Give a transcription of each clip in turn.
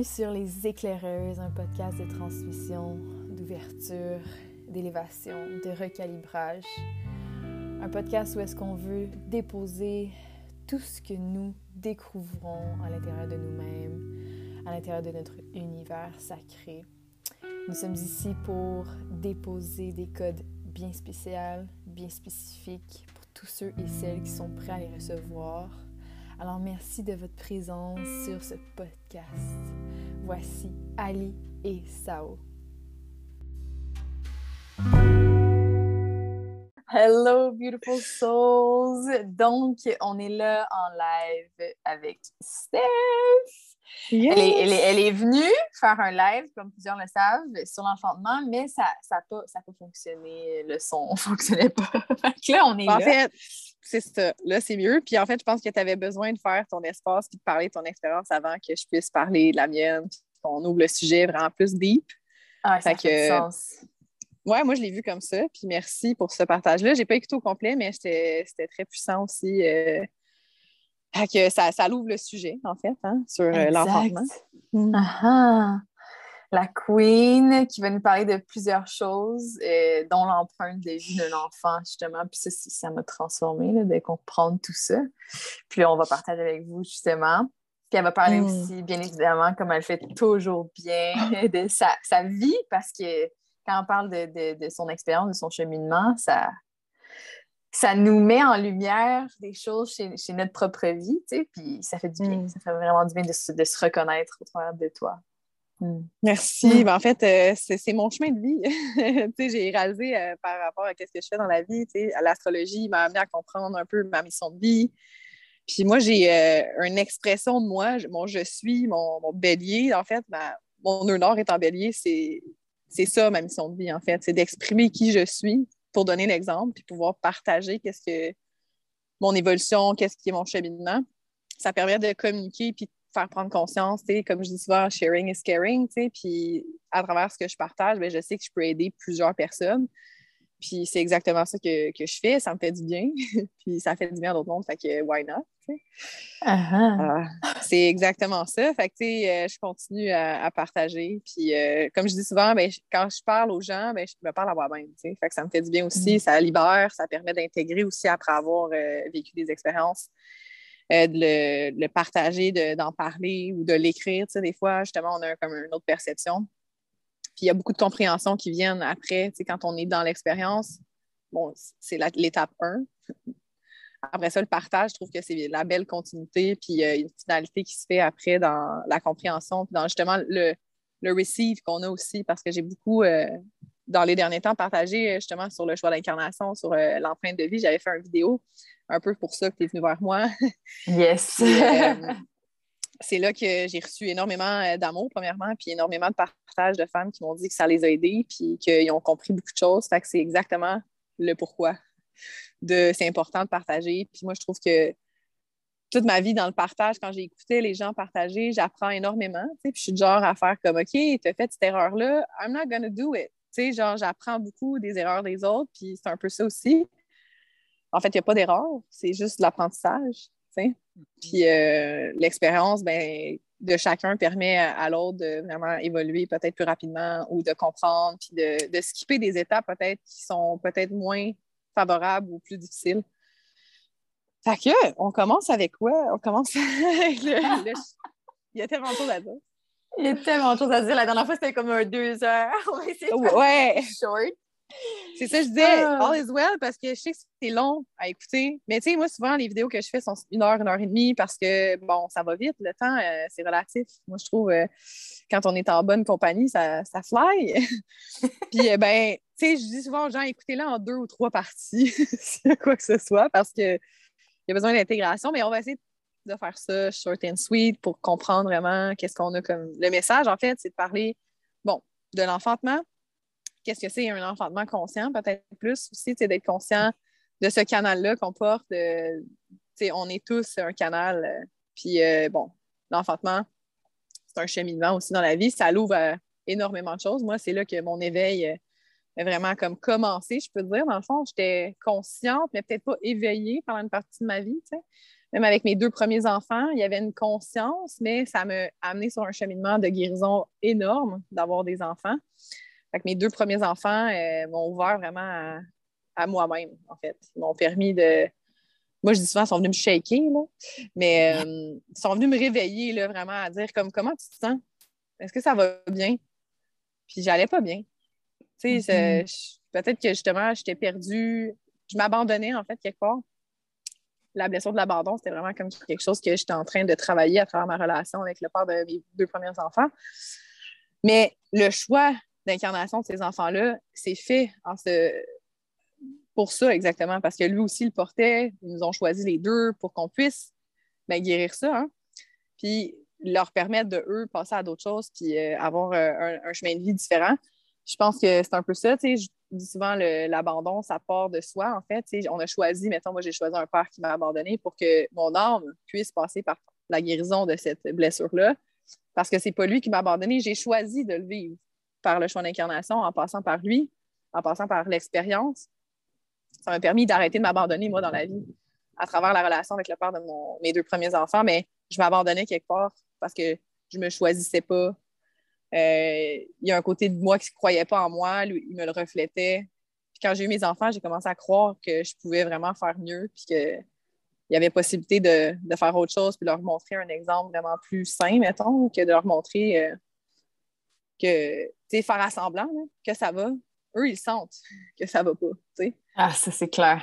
sur Les Éclaireuses, un podcast de transmission, d'ouverture, d'élévation, de recalibrage. Un podcast où est-ce qu'on veut déposer tout ce que nous découvrons à l'intérieur de nous-mêmes, à l'intérieur de notre univers sacré. Nous sommes ici pour déposer des codes bien spéciaux, bien spécifiques pour tous ceux et celles qui sont prêts à les recevoir. Alors merci de votre présence sur ce podcast. Voici Ali et Sao. Hello beautiful souls! Donc, on est là en live avec Steph. Yes. Elle est venue faire un live, comme plusieurs le savent, sur l'enfantement, mais ça n'a pas fonctionné. Le son ne fonctionnait pas. Fait que là, on est là. En fait, c'est ça. Là, c'est mieux. Puis en fait, je pense que tu avais besoin de faire ton espace puis de parler de ton expérience avant que je puisse parler de la mienne puis qu'on ouvre le sujet vraiment plus deep. Ah, ça fait du sens. Ouais, moi, je l'ai vu comme ça. Puis merci pour ce partage-là. Je n'ai pas écouté au complet, mais c'était très puissant aussi. Que ça l'ouvre le sujet, en fait, sur l'enfantement. Ah, la Queen qui va nous parler de plusieurs choses, dont l'empreinte de vie d'un enfant, justement. Puis ça m'a transformée là, de comprendre tout ça. Puis là, on va partager avec vous, justement. Puis elle va parler aussi, bien évidemment, comme elle fait toujours bien, de sa vie, parce que quand on parle de son expérience, de son cheminement, ça nous met en lumière des choses chez notre propre vie, tu sais, puis ça fait du bien. Ça fait vraiment du bien de se reconnaître au travers de toi. Merci. Ben, en fait, c'est mon chemin de vie. Tu sais, j'ai réalisé par rapport à ce que je fais dans la vie, tu sais, l'astrologie m'a amené à comprendre un peu ma mission de vie. Puis moi, j'ai une expression de moi, mon je suis, mon bélier, en fait, mon nœud nord est en bélier, c'est ça ma mission de vie, en fait, c'est d'exprimer qui je suis pour donner l'exemple, puis pouvoir partager qu'est-ce que mon évolution, qu'est-ce qui est mon cheminement. Ça permet de communiquer puis de faire prendre conscience, tu sais, comme je dis souvent, sharing is caring, tu sais, puis à travers ce que je partage, bien, je sais que je peux aider plusieurs personnes. Puis c'est exactement ça que je fais. Ça me fait du bien. Puis ça fait du bien à d'autres mondes. Fait que why not? C'est exactement ça. Fait que tu sais, je continue à partager. Puis comme je dis souvent, ben, quand je parle aux gens, ben, je me parle à moi-même. Tu sais. Fait que ça me fait du bien aussi. Ça libère, ça permet d'intégrer aussi après avoir vécu des expériences. De le partager, d'en parler ou de l'écrire. Tu sais, des fois, justement, on a comme une autre perception. Puis il y a beaucoup de compréhension qui viennent après, tu sais, quand on est dans l'expérience. Bon, c'est l'étape 1. Après ça, le partage, je trouve que c'est la belle continuité, puis une finalité qui se fait après dans la compréhension, puis dans justement le receive qu'on a aussi, parce que j'ai beaucoup, dans les derniers temps, partagé justement sur le choix d'incarnation, sur l'empreinte de vie. J'avais fait une vidéo un peu pour ça que tu es venu vers moi. Yes! Puis, c'est là que j'ai reçu énormément d'amour, premièrement, puis énormément de partage de femmes qui m'ont dit que ça les a aidées, puis qu'ils ont compris beaucoup de choses. Fait que c'est exactement le pourquoi c'est important de partager. Puis moi, je trouve que toute ma vie dans le partage, quand j'ai écouté les gens partager, j'apprends énormément. Puis je suis du genre à faire comme, OK, tu as fait cette erreur-là, I'm not gonna do it. Tu sais, genre, j'apprends beaucoup des erreurs des autres, puis c'est un peu ça aussi. En fait, il n'y a pas d'erreur, c'est juste de l'apprentissage. Puis l'expérience de chacun permet à l'autre de vraiment évoluer peut-être plus rapidement ou de comprendre, puis de skipper des étapes peut-être qui sont peut-être moins favorables ou plus difficiles. Fait que, on commence avec quoi? On commence avec Il y a tellement de choses à dire. Il y a tellement de choses à dire. La dernière fois, c'était comme 2 heures. On va essayer de faire short. C'est ça, je disais, all is well, parce que je sais que c'est long à écouter. Mais tu sais, moi, souvent, les vidéos que je fais sont 1 heure, 1 heure et demie, parce que, bon, ça va vite. Le temps, c'est relatif. Moi, je trouve, quand on est en bonne compagnie, ça fly. Puis, ben, tu sais, je dis souvent aux gens, écoutez-la en 2 ou 3 parties, s'il y a quoi que ce soit, parce qu'il y a besoin d'intégration. Mais on va essayer de faire ça short and sweet pour comprendre vraiment qu'est-ce qu'on a comme... Le message, en fait, c'est de parler, bon, de l'enfantement. Qu'est-ce que c'est un enfantement conscient, peut-être plus aussi, d'être conscient de ce canal-là qu'on porte. On est tous un canal. Puis, bon, l'enfantement, c'est un cheminement aussi dans la vie. Ça l'ouvre à énormément de choses. Moi, c'est là que mon éveil a vraiment comme commencé, je peux dire. Dans le fond, j'étais consciente, mais peut-être pas éveillée pendant une partie de ma vie. même avec mes 2 premiers enfants, il y avait une conscience, mais ça m'a amené sur un cheminement de guérison énorme d'avoir des enfants. Fait que mes 2 premiers enfants m'ont ouvert vraiment à moi-même, en fait. Ils m'ont permis de... Moi, je dis souvent, ils sont venus me shaker, là, mais ils sont venus me réveiller, là, vraiment, à dire comme, comment tu te sens? Est-ce que ça va bien? Puis j'allais pas bien. Tu sais, peut-être que justement, j'étais perdue. Je m'abandonnais, en fait, quelque part. La blessure de l'abandon, c'était vraiment comme quelque chose que j'étais en train de travailler à travers ma relation avec le père de mes 2 premiers enfants. Mais le choix d'incarnation de ces enfants-là, c'est fait pour ça exactement, parce que lui aussi le portait. Ils nous ont choisi les 2 pour qu'on puisse guérir ça, hein? Puis leur permettre de, eux, passer à d'autres choses puis avoir un chemin de vie différent. Je pense que c'est un peu ça, tu sais. Je dis souvent, l'abandon, ça part de soi, en fait. Tu sais, on a choisi, mettons, moi, j'ai choisi un père qui m'a abandonné pour que mon âme puisse passer par la guérison de cette blessure-là. Parce que c'est pas lui qui m'a abandonné. J'ai choisi de le vivre par le choix d'incarnation, en passant par lui, en passant par l'expérience. Ça m'a permis d'arrêter de m'abandonner, moi, dans la vie, à travers la relation avec le père de mes 2 premiers enfants. Mais je m'abandonnais quelque part parce que je me choisissais pas. Il y a un côté de moi qui ne croyait pas en moi, lui, il me le reflétait. Puis quand j'ai eu mes enfants, j'ai commencé à croire que je pouvais vraiment faire mieux, puis qu'il y avait possibilité de faire autre chose, puis leur montrer un exemple vraiment plus sain, mettons, que de leur montrer que, tu sais, faire à semblant là, que ça va. Eux, ils sentent que ça va pas, tu sais. Ah, ça, c'est clair.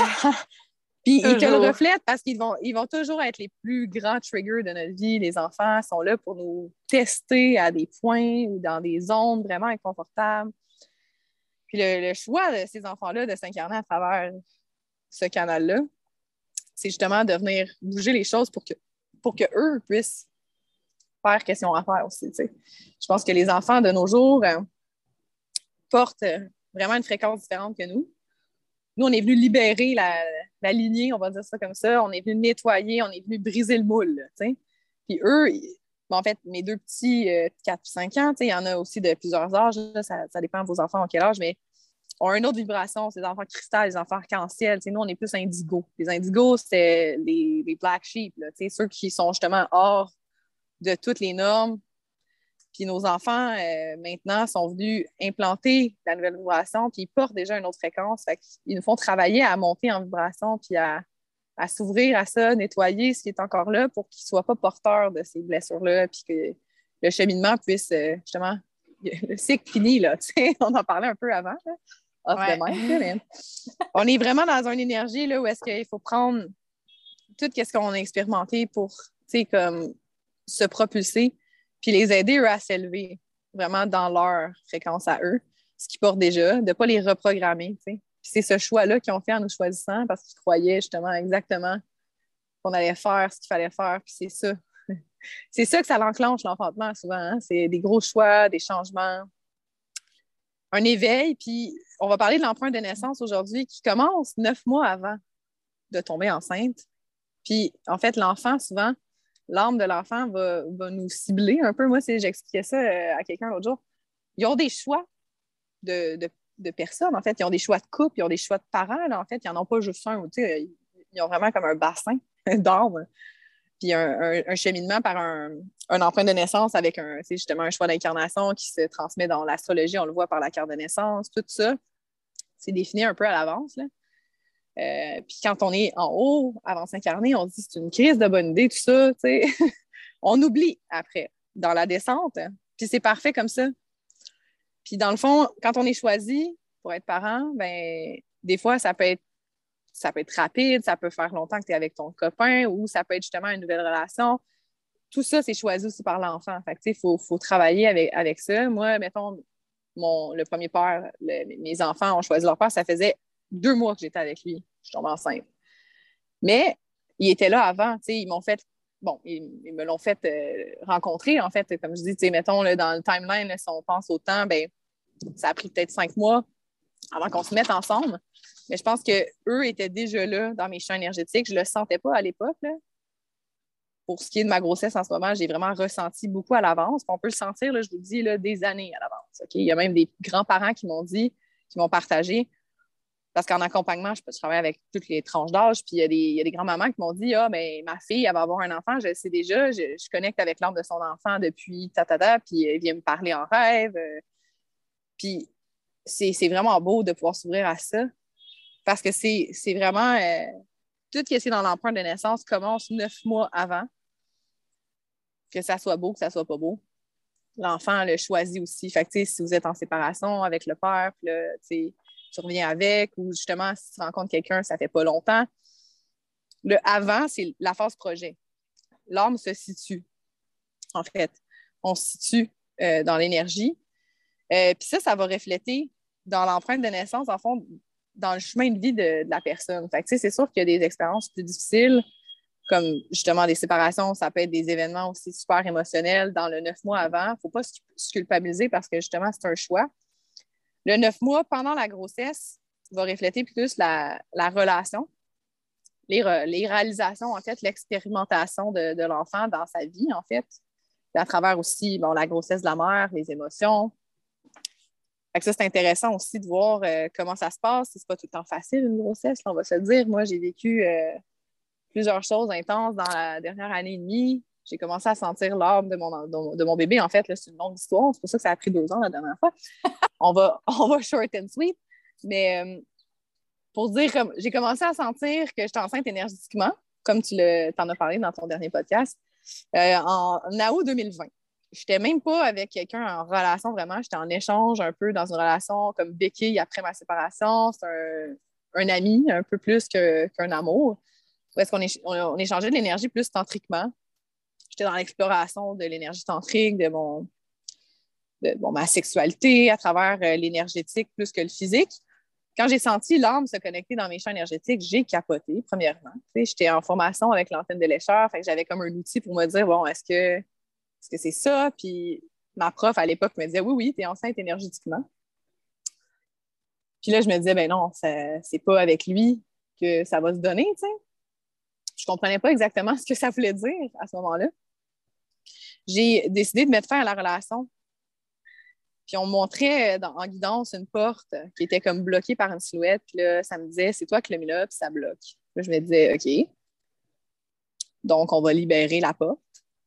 Puis ils te le reflètent parce qu'ils vont toujours être les plus grands triggers de notre vie. Les enfants sont là pour nous tester à des points ou dans des zones vraiment inconfortables. Puis le choix de ces enfants-là de s'incarner à travers ce canal-là, c'est justement de venir bouger les choses pour que eux puissent faire ce qu'ils ont à faire aussi. T'sais. Je pense que les enfants de nos jours portent vraiment une fréquence différente que nous. Nous, on est venu libérer la lignée, on va dire ça comme ça. On est venu nettoyer, on est venu briser le moule. T'sais. Puis eux, en fait, mes 2 petits 4 et 5 ans, il y en a aussi de plusieurs âges. Là, ça dépend de vos enfants à quel âge, mais ont une autre vibration. C'est les enfants cristal, les enfants arc-en-ciel. Nous, on est plus indigos. Les indigos, c'est les black sheep, là, ceux qui sont justement hors de toutes les normes. Puis nos enfants, maintenant, sont venus implanter la nouvelle vibration, puis ils portent déjà une autre fréquence. Fait qu'ils nous font travailler à monter en vibration, puis à s'ouvrir à ça, nettoyer ce qui est encore là pour qu'ils ne soient pas porteurs de ces blessures-là, puis que le cheminement puisse, justement, le cycle fini, là, on en parlait un peu avant, là, off the mic, là, mais on est vraiment dans une énergie là, où est-ce qu'il faut prendre tout ce qu'on a expérimenté pour, comme se propulser, puis les aider, eux, à s'élever vraiment dans leur fréquence à eux, ce qu'ils portent déjà, de ne pas les reprogrammer, Puis c'est ce choix-là qu'ils ont fait en nous choisissant parce qu'ils croyaient justement exactement qu'on allait faire ce qu'il fallait faire, puis c'est ça. C'est ça que ça l'enclenche, l'enfantement, souvent. Hein? C'est des gros choix, des changements, un éveil, puis on va parler de l'empreinte de naissance aujourd'hui qui commence 9 mois avant de tomber enceinte. Puis, en fait, l'enfant, souvent, l'âme de l'enfant va nous cibler un peu. Moi, j'expliquais ça à quelqu'un l'autre jour. Ils ont des choix de personnes, en fait. Ils ont des choix de couple, ils ont des choix de parents, là, en fait. Ils n'en ont pas juste un. Ils ont vraiment comme un bassin d'âme. Puis un cheminement par un empreinte de naissance avec justement un choix d'incarnation qui se transmet dans l'astrologie. On le voit par la carte de naissance. Tout ça, c'est défini un peu à l'avance, là. Puis quand on est en haut, avant de s'incarner, on se dit c'est une crise de bonne idée, tout ça, tu sais. On oublie après, dans la descente. Puis c'est parfait comme ça. Puis dans le fond, quand on est choisi pour être parent, ben des fois, ça peut être rapide, ça peut faire longtemps que tu es avec ton copain ou ça peut être justement une nouvelle relation. Tout ça, c'est choisi aussi par l'enfant. Fait que, tu sais, faut travailler avec ça. Moi, mettons, le premier père, mes enfants ont choisi leur père, ça faisait 2 mois que j'étais avec lui. Je tombe enceinte. Mais il était là avant. Ils m'ont fait... Bon, ils me l'ont fait rencontrer, en fait. Comme je dis, mettons, là, dans le timeline, là, si on pense au temps, ben, ça a pris peut-être 5 mois avant qu'on se mette ensemble. Mais je pense qu'eux étaient déjà là dans mes champs énergétiques. Je ne le sentais pas à l'époque. Là. Pour ce qui est de ma grossesse en ce moment, j'ai vraiment ressenti beaucoup à l'avance. On peut le sentir, là, je vous dis, là, des années à l'avance. Okay? Il y a même des grands-parents qui m'ont partagé. Parce qu'en accompagnement, je travaille avec toutes les tranches d'âge, puis il y a des grands-mamans qui m'ont dit, ah, ben ma fille, elle va avoir un enfant, je le sais déjà, je connecte avec l'âme de son enfant depuis puis elle vient me parler en rêve. Puis c'est vraiment beau de pouvoir s'ouvrir à ça, parce que c'est vraiment tout ce qui est dans l'empreinte de naissance commence 9 mois avant, que ça soit beau, que ça soit pas beau. L'enfant le choisit aussi. Fait que, si vous êtes en séparation avec le père, puis là, tu reviens avec, ou justement, si tu rencontres quelqu'un, ça fait pas longtemps. Le avant, c'est la phase projet. L'âme se situe, en fait. On se situe dans l'énergie. Puis ça va refléter dans l'empreinte de naissance, en fond, dans le chemin de vie de la personne. Fait que, c'est sûr qu'il y a des expériences plus difficiles, comme justement des séparations, ça peut être des événements aussi super émotionnels dans le 9 mois avant. Il ne faut pas se culpabiliser parce que justement, c'est un choix. Le 9 mois pendant la grossesse va refléter plus la relation, les réalisations, en fait, l'expérimentation de l'enfant dans sa vie, en fait, à travers aussi la grossesse de la mère, les émotions. Fait que ça, c'est intéressant aussi de voir comment ça se passe. C'est pas tout le temps facile, une grossesse, là, on va se le dire. Moi, j'ai vécu plusieurs choses intenses dans la dernière année et demie. J'ai commencé à sentir l'âme de mon bébé. En fait, là, c'est une longue histoire. C'est pour ça que ça a pris 2 ans la dernière fois. On va short and sweet. Mais pour dire, j'ai commencé à sentir que j'étais enceinte énergétiquement, comme tu t'en as parlé dans ton dernier podcast, en août 2020. Je n'étais même pas avec quelqu'un en relation vraiment. J'étais en échange un peu dans une relation comme béquille après ma séparation. C'est un ami un peu plus qu'un amour. Parce qu'on échangeait de l'énergie plus tantriquement. J'étais dans l'exploration de l'énergie tantrique, de ma sexualité à travers l'énergétique plus que le physique. Quand j'ai senti l'âme se connecter dans mes champs énergétiques, j'ai capoté, premièrement. J'étais en formation avec l'antenne de lécheur, fait que j'avais comme un outil pour me dire, bon, est-ce que c'est ça? Puis ma prof à l'époque me disait, oui, tu es enceinte énergétiquement. Puis là, je me disais, ben non, c'est pas avec lui que ça va se donner, tu sais. Je comprenais pas exactement ce que ça voulait dire à ce moment-là. J'ai décidé de mettre fin à la relation. Puis on me montrait en guidance une porte qui était comme bloquée par une silhouette. Puis là, ça me disait, c'est toi qui l'as mis là, puis ça bloque. Là, je me disais, OK. Donc, on va libérer la porte.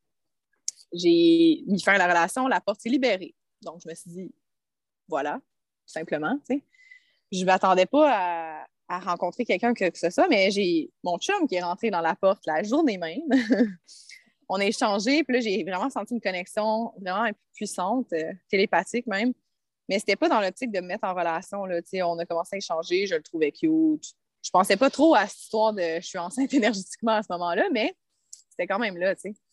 J'ai mis fin à la relation, la porte s'est libérée. Donc, je me suis dit, voilà, tout simplement, tu sais. Je ne m'attendais pas à rencontrer quelqu'un que ce soit, mais j'ai mon chum qui est rentré dans la porte la journée même. On a échangé, puis là, j'ai vraiment senti une connexion vraiment puissante, télépathique même. Mais c'était pas dans l'optique de me mettre en relation, là, on a commencé à échanger, je le trouvais cute. Je pensais pas trop à cette histoire de je suis enceinte énergétiquement à ce moment-là, mais c'était quand même là, tu sais.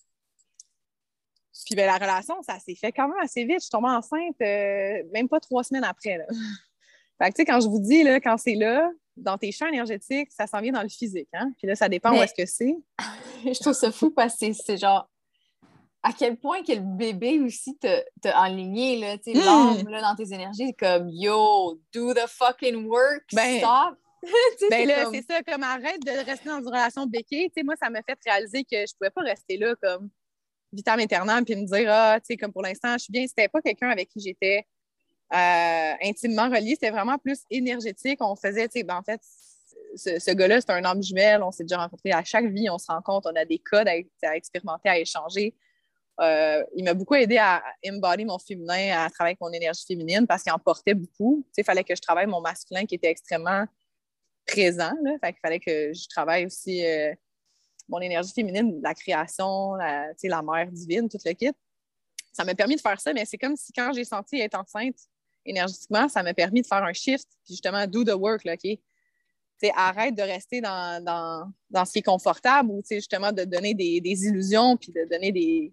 Puis ben, la relation, ça s'est fait quand même assez vite. Je suis tombée enceinte même pas 3 semaines après, là. Fait que, tu sais, quand je vous dis, là, quand c'est là, dans tes champs énergétiques, ça s'en vient dans le physique, hein? Puis là, ça dépend où est-ce que c'est. Je trouve ça fou parce que c'est genre à quel point que le bébé aussi t'a enligné, là, tu sais, l'âme, là, dans tes énergies, comme « Yo, do the fucking work, stop! » Ben là, c'est ça, comme arrête de rester dans une relation béquée. Tu sais, moi, ça m'a fait réaliser que je pouvais pas rester là comme vitam aeternam puis me dire, ah, tu sais, comme pour l'instant, je suis bien. C'était pas quelqu'un avec qui j'étais intimement reliée. C'était vraiment plus énergétique. On faisait, tu sais, ben, en fait, ce gars-là, c'est un âme jumelle. On s'est déjà rencontrés à chaque vie. On se rencontre. On a des codes à expérimenter, à échanger. Il m'a beaucoup aidé à embody mon féminin, à travailler avec mon énergie féminine parce qu'il en portait beaucoup. Tu sais, il fallait que je travaille mon masculin qui était extrêmement présent. Là. Fait qu'il fallait que je travaille aussi mon énergie féminine, la création, la mère divine, tout le kit. Ça m'a permis de faire ça, mais c'est comme si quand j'ai senti être enceinte énergétiquement, ça m'a permis de faire un shift, puis justement, do the work, là, OK? T'sais, arrête de rester dans ce qui est confortable ou justement de donner des illusions, puis de donner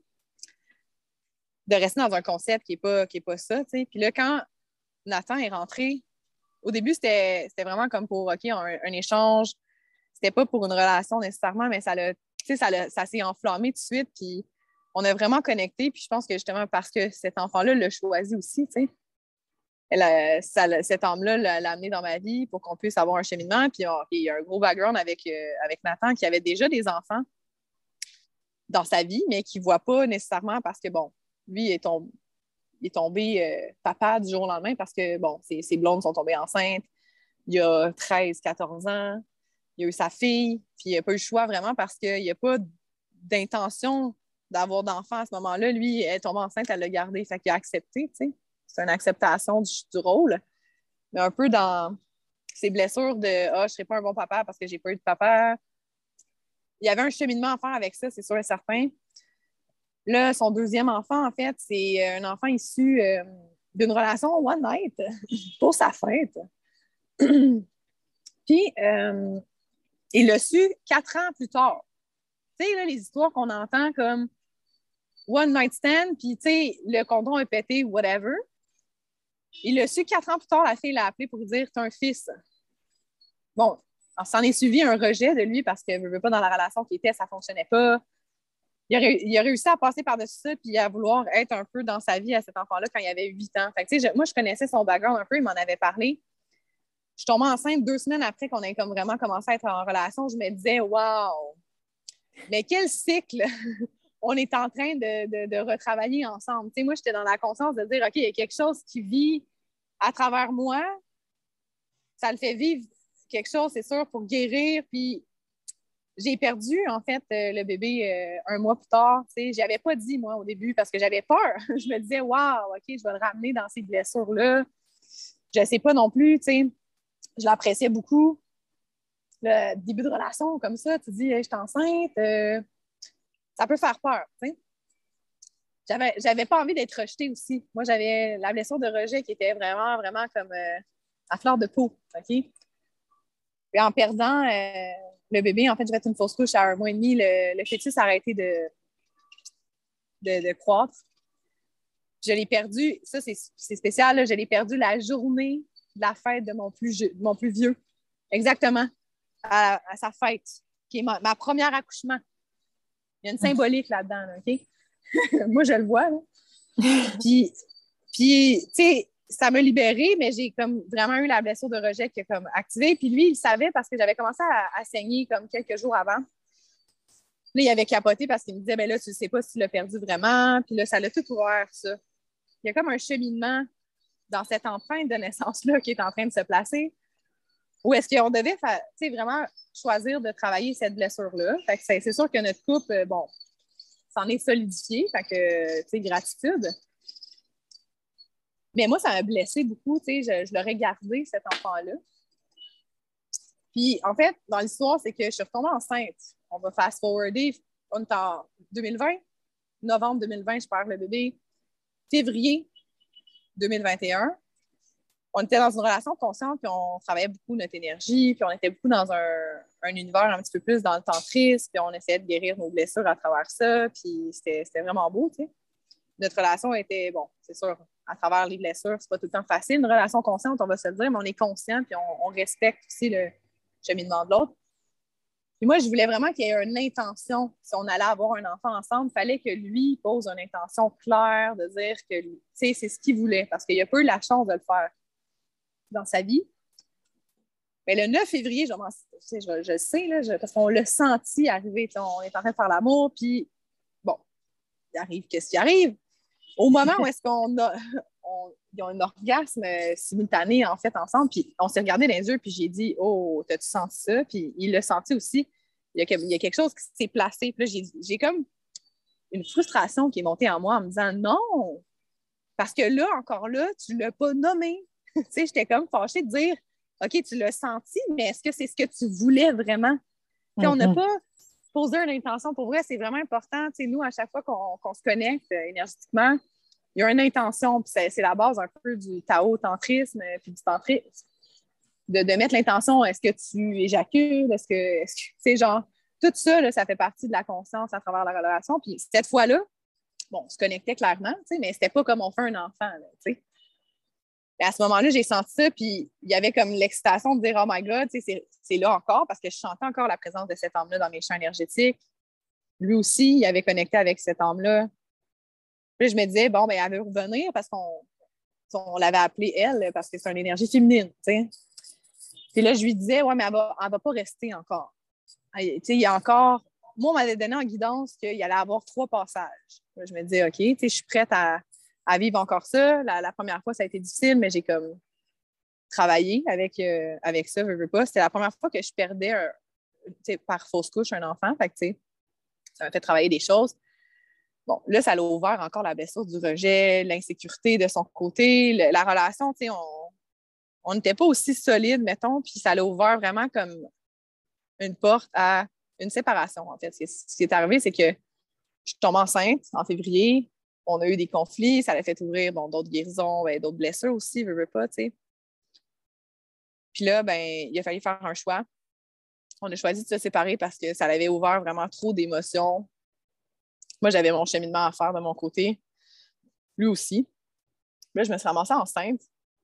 de rester dans un concept qui est pas ça. T'sais. Puis là, quand Nathan est rentré, au début, c'était vraiment comme pour OK, un échange. C'était pas pour une relation nécessairement, mais ça s'est enflammé tout de suite. Puis on a vraiment connecté. Puis je pense que justement parce que cet enfant-là l'a choisi aussi, tu sais. Cet homme-là l'a amené dans ma vie pour qu'on puisse avoir un cheminement. Puis il y a un gros background avec Nathan qui avait déjà des enfants dans sa vie, mais qui ne voit pas nécessairement parce que, bon, lui, il est tombé papa du jour au lendemain parce que, bon, ses blondes sont tombées enceintes. il y a 13, 14 ans. Il a eu sa fille, puis il n'a pas eu le choix vraiment parce qu'il n'y a pas d'intention d'avoir d'enfant à ce moment-là. Lui, elle est tombée enceinte, elle l'a gardé. Fait qu'il a accepté, tu sais. C'est une acceptation du rôle. Mais un peu dans ces blessures de « Ah, je ne serai pas un bon papa parce que j'ai pas eu de papa ». Il y avait un cheminement à faire avec ça, c'est sûr et certain. Là, son deuxième enfant, en fait, c'est un enfant issu d'une relation one night pour sa fête. Puis, il l'a su 4 ans plus tard. Tu sais, là, les histoires qu'on entend comme one night stand, puis, tu sais, le condom est pété, whatever. Il l'a su 4 ans plus tard, la fille l'a appelé pour lui dire « T'as un fils ». Bon, s'en est suivi un rejet de lui parce qu'elle ne veut pas dans la relation qu'il était, ça ne fonctionnait pas. Il a réussi à passer par-dessus ça puis à vouloir être un peu dans sa vie à cet enfant-là quand il avait 8 ans. Fait que, moi, je connaissais son background un peu, il m'en avait parlé. Je suis tombée enceinte 2 semaines après qu'on ait comme vraiment commencé à être en relation. Je me disais, waouh, mais quel cycle on est en train de retravailler ensemble. Moi, j'étais dans la conscience de dire, OK, il y a quelque chose qui vit à travers moi. Ça le fait vivre quelque chose, c'est sûr, pour guérir. Puis j'ai perdu, en fait, le bébé 1 mois plus tard. Je n'avais pas dit, moi, au début, parce que j'avais peur. Je me disais, waouh, OK, je vais le ramener dans ces blessures-là. Je ne sais pas non plus, je l'appréciais beaucoup. Le début de relation, comme ça, tu dis, hey, je suis enceinte, ça peut faire peur, J'avais pas envie d'être rejetée aussi. Moi, j'avais la blessure de rejet qui était vraiment, vraiment comme à fleur de peau, OK? Puis en perdant le bébé, en fait, j'ai fait une fausse couche à 1 mois et demi. Le fœtus a arrêté de croître. Je l'ai perdu, ça c'est spécial, là, je l'ai perdu la journée de la fête de mon plus vieux. Exactement, à sa fête, qui est ma première accouchement. Il y a une symbolique là-dedans, là, OK? Moi, je le vois, là. Puis tu sais, ça m'a libérée, mais j'ai comme vraiment eu la blessure de rejet qui a comme activé. Puis lui, il savait parce que j'avais commencé à saigner comme quelques jours avant. Là, il avait capoté parce qu'il me disait, ben là, tu ne sais pas si tu l'as perdu vraiment. Puis là, ça l'a tout ouvert, ça. Il y a comme un cheminement dans cette empreinte de naissance-là qui est en train de se placer. Ou est-ce qu'on devait vraiment choisir de travailler cette blessure-là? Fait que c'est sûr que notre couple, bon, s'en est solidifié. Fait que, tu sais, gratitude. Mais moi, ça m'a blessée beaucoup. Tu sais, je l'aurais gardé, cet enfant-là. Puis, en fait, dans l'histoire, c'est que je suis retombée enceinte. On va fast-forwarder. On est en 2020. Novembre 2020, je perds le bébé. Février 2021, on était dans une relation consciente, puis on travaillait beaucoup notre énergie, puis on était beaucoup dans un univers un petit peu plus dans le tantrisme, puis on essayait de guérir nos blessures à travers ça, puis c'était vraiment beau, tu sais. Notre relation était, bon, c'est sûr, à travers les blessures, c'est pas tout le temps facile. Une relation consciente, on va se le dire, mais on est conscient, puis on respecte aussi le cheminement de l'autre. Puis moi, je voulais vraiment qu'il y ait une intention. Si on allait avoir un enfant ensemble, il fallait que lui pose une intention claire de dire que, tu sais, c'est ce qu'il voulait, parce qu'il a pas eu la chance de le faire dans sa vie. Mais le 9 février, je sais, là, parce qu'on l'a senti arriver. On est en train de faire l'amour, puis bon, il arrive qu'est-ce qui arrive. Au moment où est-ce qu'on a ils ont un orgasme simultané, en fait, ensemble, puis on s'est regardé dans les yeux, puis j'ai dit « Oh, t'as-tu senti ça? » Puis il l'a senti aussi. Il y a quelque chose qui s'est placé. Puis là, j'ai comme une frustration qui est montée en moi en me disant « Non! » Parce que là, encore là, tu ne l'as pas nommé. Tu sais, j'étais comme fâchée de dire « OK, tu l'as senti, mais est-ce que c'est ce que tu voulais vraiment? » On n'a pas posé une intention. Pour vrai, c'est vraiment important. Tu sais, nous, à chaque fois qu'on se connecte énergétiquement, il y a une intention, puis c'est la base un peu du Tao-tantrisme, puis du tantrisme, de mettre l'intention, est-ce que tu éjacules, est-ce que tu sais, genre, tout ça, là, ça fait partie de la conscience à travers la relation. Puis cette fois-là, bon, on se connectait clairement, tu sais, mais c'était pas comme on fait un enfant, là, tu sais. Et à ce moment-là, j'ai senti ça, puis il y avait comme l'excitation de dire, oh my God, tu sais, c'est là encore, parce que je sentais encore la présence de cet homme-là dans mes champs énergétiques. Lui aussi, il avait connecté avec cet homme-là. Puis je me disais, bon, ben, elle veut revenir parce qu'on l'avait appelée elle, parce que c'est une énergie féminine, tu sais. Puis là, je lui disais, ouais, mais elle va pas rester encore. Tu sais, il y a encore. Moi, on m'avait donné en guidance qu'il allait avoir 3 passages. Là, je me disais, OK, tu sais, je suis prête à vivre encore ça. La première fois, ça a été difficile, mais j'ai comme. travailler avec ça, veux pas. C'était la première fois que je perdais par fausse couche un enfant. Fait que, ça m'a fait travailler des choses. Bon, là, ça l'a ouvert encore la blessure du rejet, l'insécurité de son côté, la relation, on n'était pas aussi solide, mettons, puis ça l'a ouvert vraiment comme une porte à une séparation, en fait. Ce qui est arrivé, c'est que je suis tombée enceinte en février, on a eu des conflits, ça l'a fait ouvrir d'autres guérisons, d'autres blessures aussi, veux pas, tu sais. Puis là, il a fallu faire un choix. On a choisi de se séparer parce que ça avait ouvert vraiment trop d'émotions. Moi, j'avais mon cheminement à faire de mon côté. Lui aussi. Là, je me suis ramassée enceinte.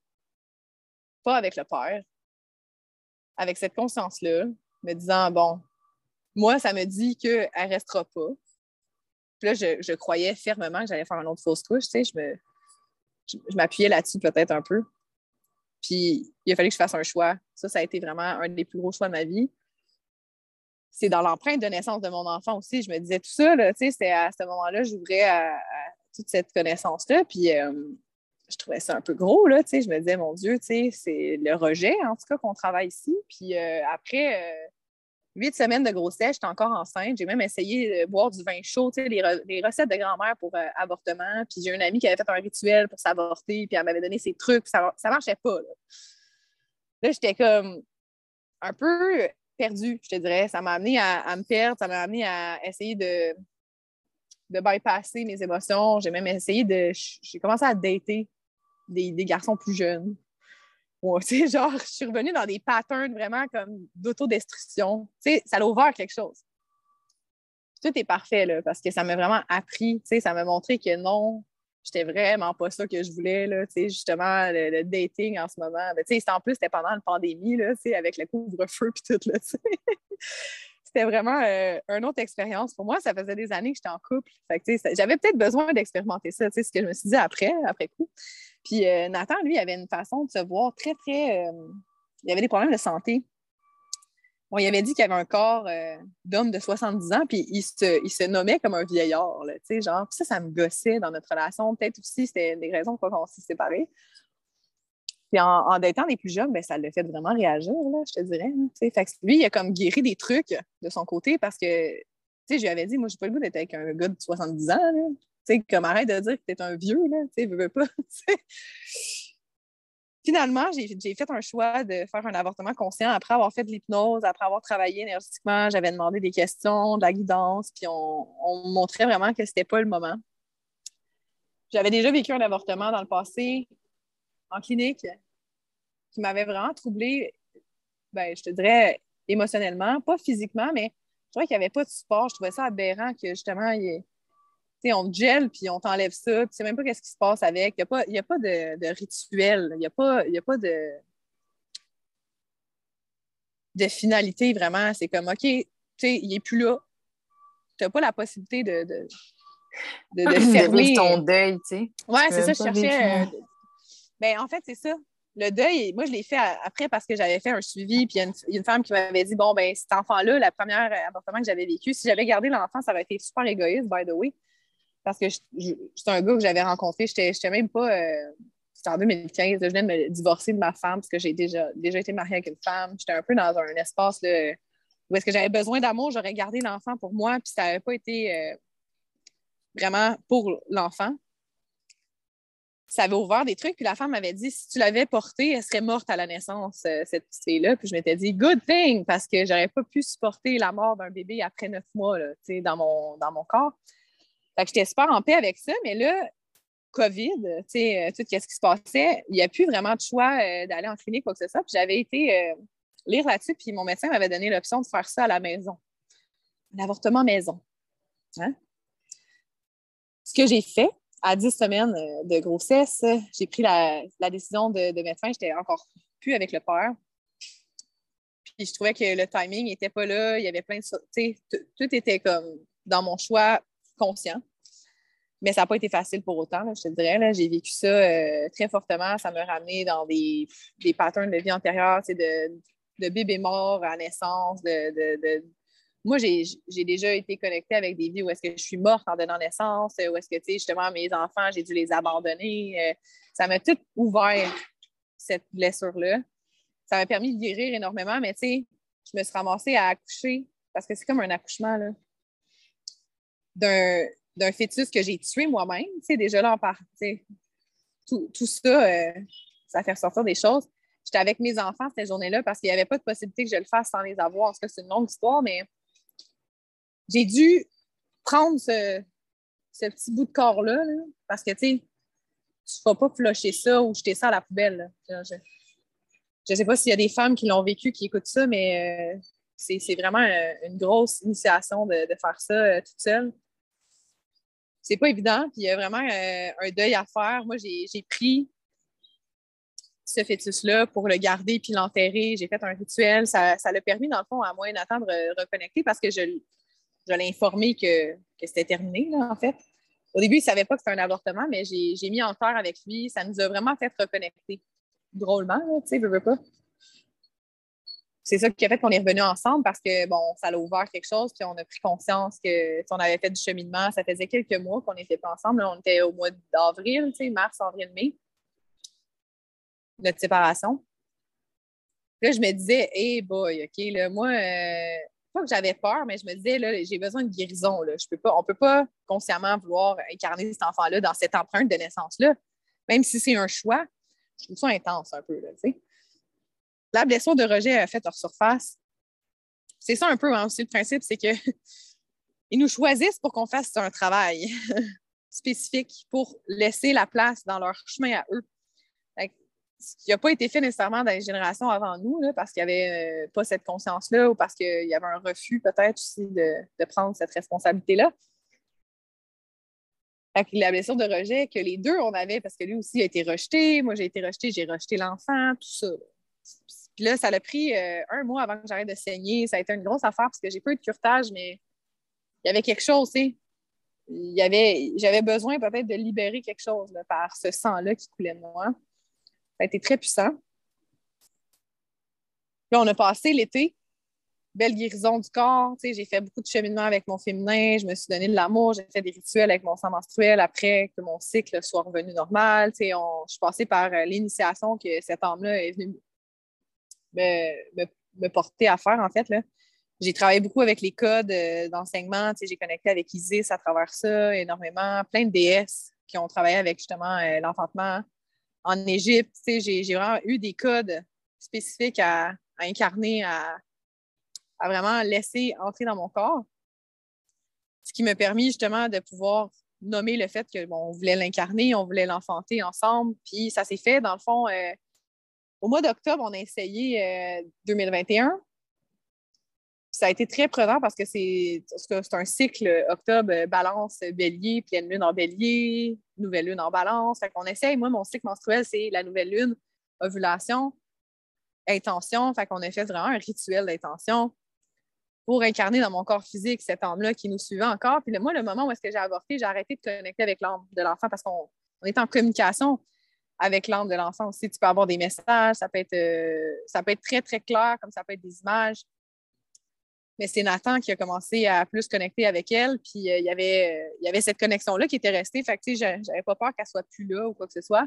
Pas avec le père. Avec cette conscience-là, me disant, bon, moi, ça me dit qu'elle ne restera pas. Puis là, je croyais fermement que j'allais faire une autre fausse couche. Tu sais, je m'appuyais là-dessus peut-être un peu. Puis, il a fallu que je fasse un choix. Ça a été vraiment un des plus gros choix de ma vie. C'est dans l'empreinte de naissance de mon enfant aussi. Je me disais tout ça, là, tu sais, c'était à ce moment-là, j'ouvrais à toute cette connaissance-là. Puis, je trouvais ça un peu gros, là, tu sais. Je me disais, mon Dieu, tu sais, c'est le rejet, en tout cas, qu'on travaille ici. Puis, après 8 semaines de grossesse, j'étais encore enceinte. J'ai même essayé de boire du vin chaud, tu sais, les recettes de grand-mère pour avortement. Puis, j'ai une amie qui avait fait un rituel pour s'avorter, puis elle m'avait donné ses trucs, puis ça marchait pas, là. Là, j'étais comme un peu perdue, je te dirais. Ça m'a amené à me perdre, ça m'a amené à essayer de bypasser mes émotions. J'ai même essayé j'ai commencé à dater des garçons plus jeunes. Ouais, tu sais, genre, je suis revenue dans des patterns vraiment comme d'autodestruction. Tu sais, ça a ouvert quelque chose. Tout est parfait, là, parce que ça m'a vraiment appris, tu sais, ça m'a montré que non, j'étais vraiment pas ça que je voulais, là, tu sais, justement, le dating en ce moment. Ben, tu sais, en plus, c'était pendant la pandémie, là, tu sais, avec le couvre-feu puis tout, là, tu sais. C'était vraiment une autre expérience. Pour moi, ça faisait des années que j'étais en couple. Fait que, tu sais, j'avais peut-être besoin d'expérimenter ça, tu sais, ce que je me suis dit après coup. Puis Nathan, lui, avait une façon de se voir très, très... il avait des problèmes de santé. Bon, il avait dit qu'il avait un corps d'homme de 70 ans, puis il se nommait comme un vieillard, là, tu sais, genre. Puis ça me gossait dans notre relation. Peut-être aussi, c'était des raisons pour qu'on s'est séparés. Puis en datant les plus jeunes, ça l'a fait vraiment réagir, là, je te dirais. Hein, fait que lui, il a comme guéri des trucs de son côté parce que, tu sais, je lui avais dit, moi, j'ai pas le goût d'être avec un gars de 70 ans, là. Tu sais, comme arrête de dire que t'es un vieux, là, tu sais, veux pas, Finalement, j'ai fait un choix de faire un avortement conscient après avoir fait de l'hypnose, après avoir travaillé énergétiquement. J'avais demandé des questions, de la guidance, puis on me montrait vraiment que c'était pas le moment. J'avais déjà vécu un avortement dans le passé, en clinique, qui m'avait vraiment troublée, je te dirais, émotionnellement, pas physiquement, mais je trouvais qu'il n'y avait pas de support. Je trouvais ça aberrant que, justement, on te gèle, puis on t'enlève ça, puis tu sais même pas qu'est-ce qui se passe avec. Il n'y a pas de rituel. Il n'y a pas de finalité, vraiment. C'est comme, OK, tu sais, il n'est plus là. Tu n'as pas la possibilité de fermer. vivre ton deuil, tu sais. Ouais, c'est ça, je cherchais. En fait, c'est ça. Le deuil, moi, je l'ai fait après parce que j'avais fait un suivi, puis il y a une femme qui m'avait dit, bon, cet enfant-là, la première avortement que j'avais vécu, si j'avais gardé l'enfant, ça aurait été super égoïste, by the way, parce que c'est un gars que j'avais rencontré, j'étais même pas... c'était en 2015, là, je venais de me divorcer de ma femme parce que j'ai déjà été mariée avec une femme. J'étais un peu dans un espace là, où est-ce que j'avais besoin d'amour, j'aurais gardé l'enfant pour moi, puis ça n'avait pas été vraiment pour l'enfant. Ça avait ouvert des trucs, puis la femme m'avait dit, si tu l'avais portée, elle serait morte à la naissance, cette petite fille-là. Puis je m'étais dit, good thing, parce que j'aurais pas pu supporter la mort d'un bébé après 9 mois là, dans mon corps. Fait que j'étais super en paix avec ça, mais là, COVID, tout ce qui se passait, il n'y a plus vraiment de choix d'aller en clinique, quoi que ce soit. Puis j'avais été lire là-dessus, puis mon médecin m'avait donné l'option de faire ça à la maison. Un avortement maison. Hein? Ce que j'ai fait, à 10 semaines de grossesse, j'ai pris la décision de mettre fin. J'étais encore plus avec le père. Puis je trouvais que le timing n'était pas là. Il y avait plein de... Tout était comme dans mon choix conscient. Mais ça n'a pas été facile pour autant, là, je te dirais. Là. J'ai vécu ça très fortement. Ça m'a ramené dans des patterns de vie antérieures, de bébés morts à naissance. Moi, j'ai déjà été connectée avec des vies où est-ce que je suis morte en donnant naissance, où est-ce que, justement, mes enfants, j'ai dû les abandonner. Ça m'a tout ouvert. cette blessure-là. Ça m'a permis de guérir énormément, mais tu sais, je me suis ramassée à accoucher, parce que c'est comme un accouchement, là, d'un fœtus que j'ai tué moi-même. Tu sais, déjà là, tout ça, ça fait ressortir des choses. J'étais avec mes enfants cette journée-là parce qu'il n'y avait pas de possibilité que je le fasse sans les avoir. En tout cas, c'est une longue histoire, mais j'ai dû prendre ce petit bout de corps-là, là, parce que, tu sais, tu ne vas pas flusher ça ou jeter ça à la poubelle. Je ne sais pas s'il y a des femmes qui l'ont vécu, qui écoutent ça, mais c'est vraiment une grosse initiation de faire ça toute seule. C'est pas évident, puis il y a vraiment un deuil à faire. Moi, j'ai pris ce fœtus-là pour le garder puis l'enterrer. J'ai fait un rituel. Ça l'a permis, dans le fond, à moi et Nathan de reconnecter parce que je l'ai informé que c'était terminé, là, en fait. Au début, il ne savait pas que c'était un avortement, mais j'ai mis en terre avec lui. Ça nous a vraiment fait reconnecter. Drôlement, tu sais, veux pas. C'est ça qui a fait qu'on est revenus ensemble parce que, bon, ça l'a ouvert quelque chose, puis on a pris conscience que on avait fait du cheminement. Ça faisait quelques mois qu'on n'était pas ensemble. Là, on était au mois d'avril, tu sais, mars, avril, mai, notre séparation. Là, je me disais, hey boy, OK, là, moi, pas que j'avais peur, mais je me disais, là, j'ai besoin de guérison. Là. On peut pas consciemment vouloir incarner cet enfant-là dans cette empreinte de naissance-là. Même si c'est un choix, je trouve ça intense un peu, là, tu sais. La blessure de rejet a fait surface. C'est ça un peu hein, aussi le principe, c'est qu'ils nous choisissent pour qu'on fasse un travail spécifique pour laisser la place dans leur chemin à eux. Ce qui n'a pas été fait nécessairement dans les générations avant nous, là, parce qu'il n'y avait pas cette conscience-là ou parce qu'il y avait un refus peut-être aussi de prendre cette responsabilité-là. Fait que la blessure de rejet que les deux, on avait, parce que lui aussi a été rejeté, moi j'ai été rejetée, j'ai rejeté l'enfant, tout ça. Là. Puis là, ça a pris un mois avant que j'arrête de saigner. Ça a été une grosse affaire parce que j'ai pas eu de curetage, mais il y avait quelque chose, tu sais. J'avais besoin peut-être de libérer quelque chose là, par ce sang-là qui coulait de moi. Ça a été très puissant. Là, on a passé l'été. Belle guérison du corps. Tu sais, j'ai fait beaucoup de cheminement avec mon féminin. Je me suis donné de l'amour. J'ai fait des rituels avec mon sang menstruel après que mon cycle soit revenu normal. Tu sais, je suis passée par l'initiation que cet homme-là est venu me porter à faire, en fait. Là. J'ai travaillé beaucoup avec les codes d'enseignement. Tu sais, j'ai connecté avec Isis à travers ça énormément. Plein de déesses qui ont travaillé avec justement l'enfantement en Égypte. Tu sais, j'ai vraiment eu des codes spécifiques à incarner, à vraiment laisser entrer dans mon corps. Ce qui m'a permis justement de pouvoir nommer le fait que bon, on voulait l'incarner, on voulait l'enfanter ensemble. Puis ça s'est fait, dans le fond, au mois d'octobre, on a essayé 2021. Ça a été très prenant parce que c'est un cycle octobre, balance, bélier, pleine lune en bélier, nouvelle lune en balance. Fait qu'on essaye. Moi, mon cycle menstruel, c'est la nouvelle lune, ovulation, intention. Fait qu'on a fait vraiment un rituel d'intention pour incarner dans mon corps physique cet âme-là qui nous suivait encore. Puis moi, le moment où est-ce que j'ai avorté, j'ai arrêté de connecter avec l'âme de l'enfant parce qu'on est en communication avec l'âme de l'enfant aussi. Tu peux avoir des messages, ça peut être très, très clair, comme ça peut être des images. Mais c'est Nathan qui a commencé à plus connecter avec elle. Puis il y avait cette connexion-là qui était restée. Fait que, tu sais, j'avais pas peur qu'elle soit plus là ou quoi que ce soit.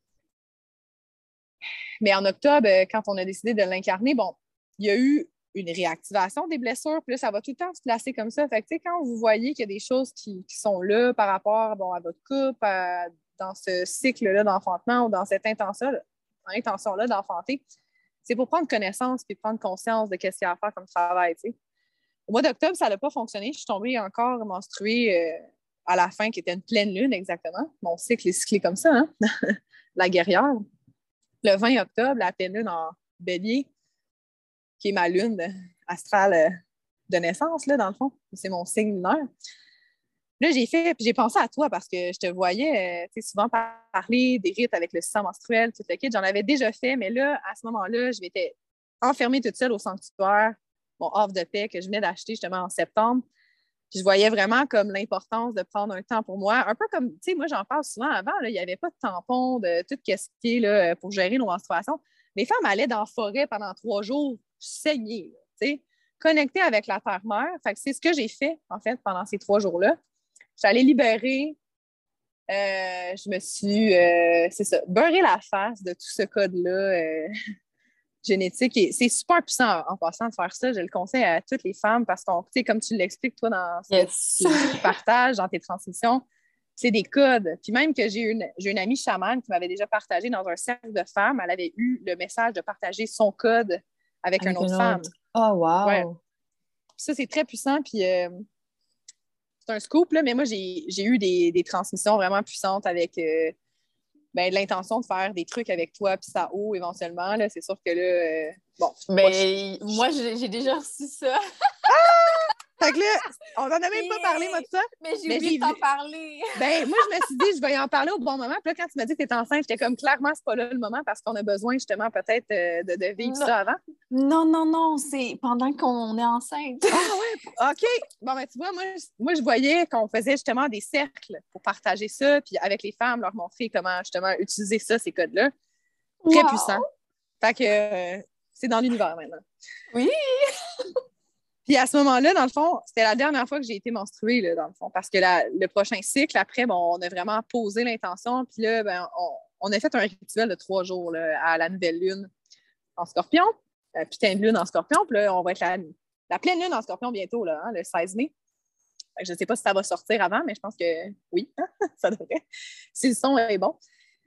Mais en octobre, quand on a décidé de l'incarner, bon, il y a eu une réactivation des blessures. Puis là, ça va tout le temps se placer comme ça. Fait que, tu sais, quand vous voyez qu'il y a des choses qui sont là par rapport bon, à votre couple, dans ce cycle-là d'enfantement ou dans cette intention-là d'enfanter, c'est pour prendre connaissance et prendre conscience de ce qu'il y a à faire comme travail, tu sais. Au mois d'octobre, ça n'a pas fonctionné. Je suis tombée encore menstruée à la fin, qui était une pleine lune exactement. Mon cycle est cyclé comme ça, hein? La guerrière. Le 20 octobre, la pleine lune en bélier, qui est ma lune astrale de naissance, là, dans le fond. C'est mon signe lunaire. Là, j'ai pensé à toi parce que je te voyais souvent parler des rites avec le sang menstruel, tout le kit. J'en avais déjà fait, mais là, à ce moment-là, je m'étais enfermée toute seule au sanctuaire, mon havre de paix que je venais d'acheter justement en septembre. Puis je voyais vraiment comme l'importance de prendre un temps pour moi. Un peu comme, tu sais, moi, j'en parle souvent avant, là, il n'y avait pas de tampon, de tout ce qui est là, pour gérer nos menstruations. Les femmes allaient dans la forêt pendant 3 jours, saigner, tu sais, connectées avec la terre-mère. Fait que c'est ce que j'ai fait, en fait, pendant ces 3 jours-là. J'allais libérer Je me suis, c'est ça, beurré la face de tout ce code-là génétique. Et c'est super puissant en passant de faire ça. Je le conseille à toutes les femmes parce que, tu sais, comme tu l'expliques, toi, dans ce Yes. que tu partages dans tes transmissions, c'est des codes. Puis même que j'ai une amie chamane qui m'avait déjà partagé dans un cercle de femmes, elle avait eu le message de partager son code avec une Avec autre un femme. autre. Oh, Ouais. wow! Puis ça, c'est très puissant. Puis c'est un scoop, là, mais moi, j'ai eu des transmissions vraiment puissantes avec ben, l'intention de faire des trucs avec toi puis Sao éventuellement. Là, c'est sûr que là, bon. Moi, j'ai déjà reçu ça. Fait que là, on en a même pas parlé, moi, de ça. Mais j'ai oublié de t'en parler. Ben, moi, je me suis dit, je vais y en parler au bon moment. Puis là, quand tu m'as dit que tu étais enceinte, j'étais comme, clairement, c'est pas là le moment parce qu'on a besoin, justement, peut-être de vivre ça avant. Non, c'est pendant qu'on est enceinte. Ah ouais, OK. Bon, ben, tu vois, moi je voyais qu'on faisait justement des cercles pour partager ça, puis avec les femmes, leur montrer comment, justement, utiliser ça, ces codes-là. Très puissant. Fait que c'est dans l'univers maintenant. Oui! Puis à ce moment-là, dans le fond, c'était la dernière fois que j'ai été menstruée, là, dans le fond, parce que le prochain cycle, après, bon, on a vraiment posé l'intention, puis là, ben, on a fait un rituel de 3 jours là, à la nouvelle lune en scorpion, putain de lune en scorpion, puis là, on va être la pleine lune en scorpion bientôt, là, hein, le 16 mai. Je ne sais pas si ça va sortir avant, mais je pense que oui, ça devrait, si le son est bon.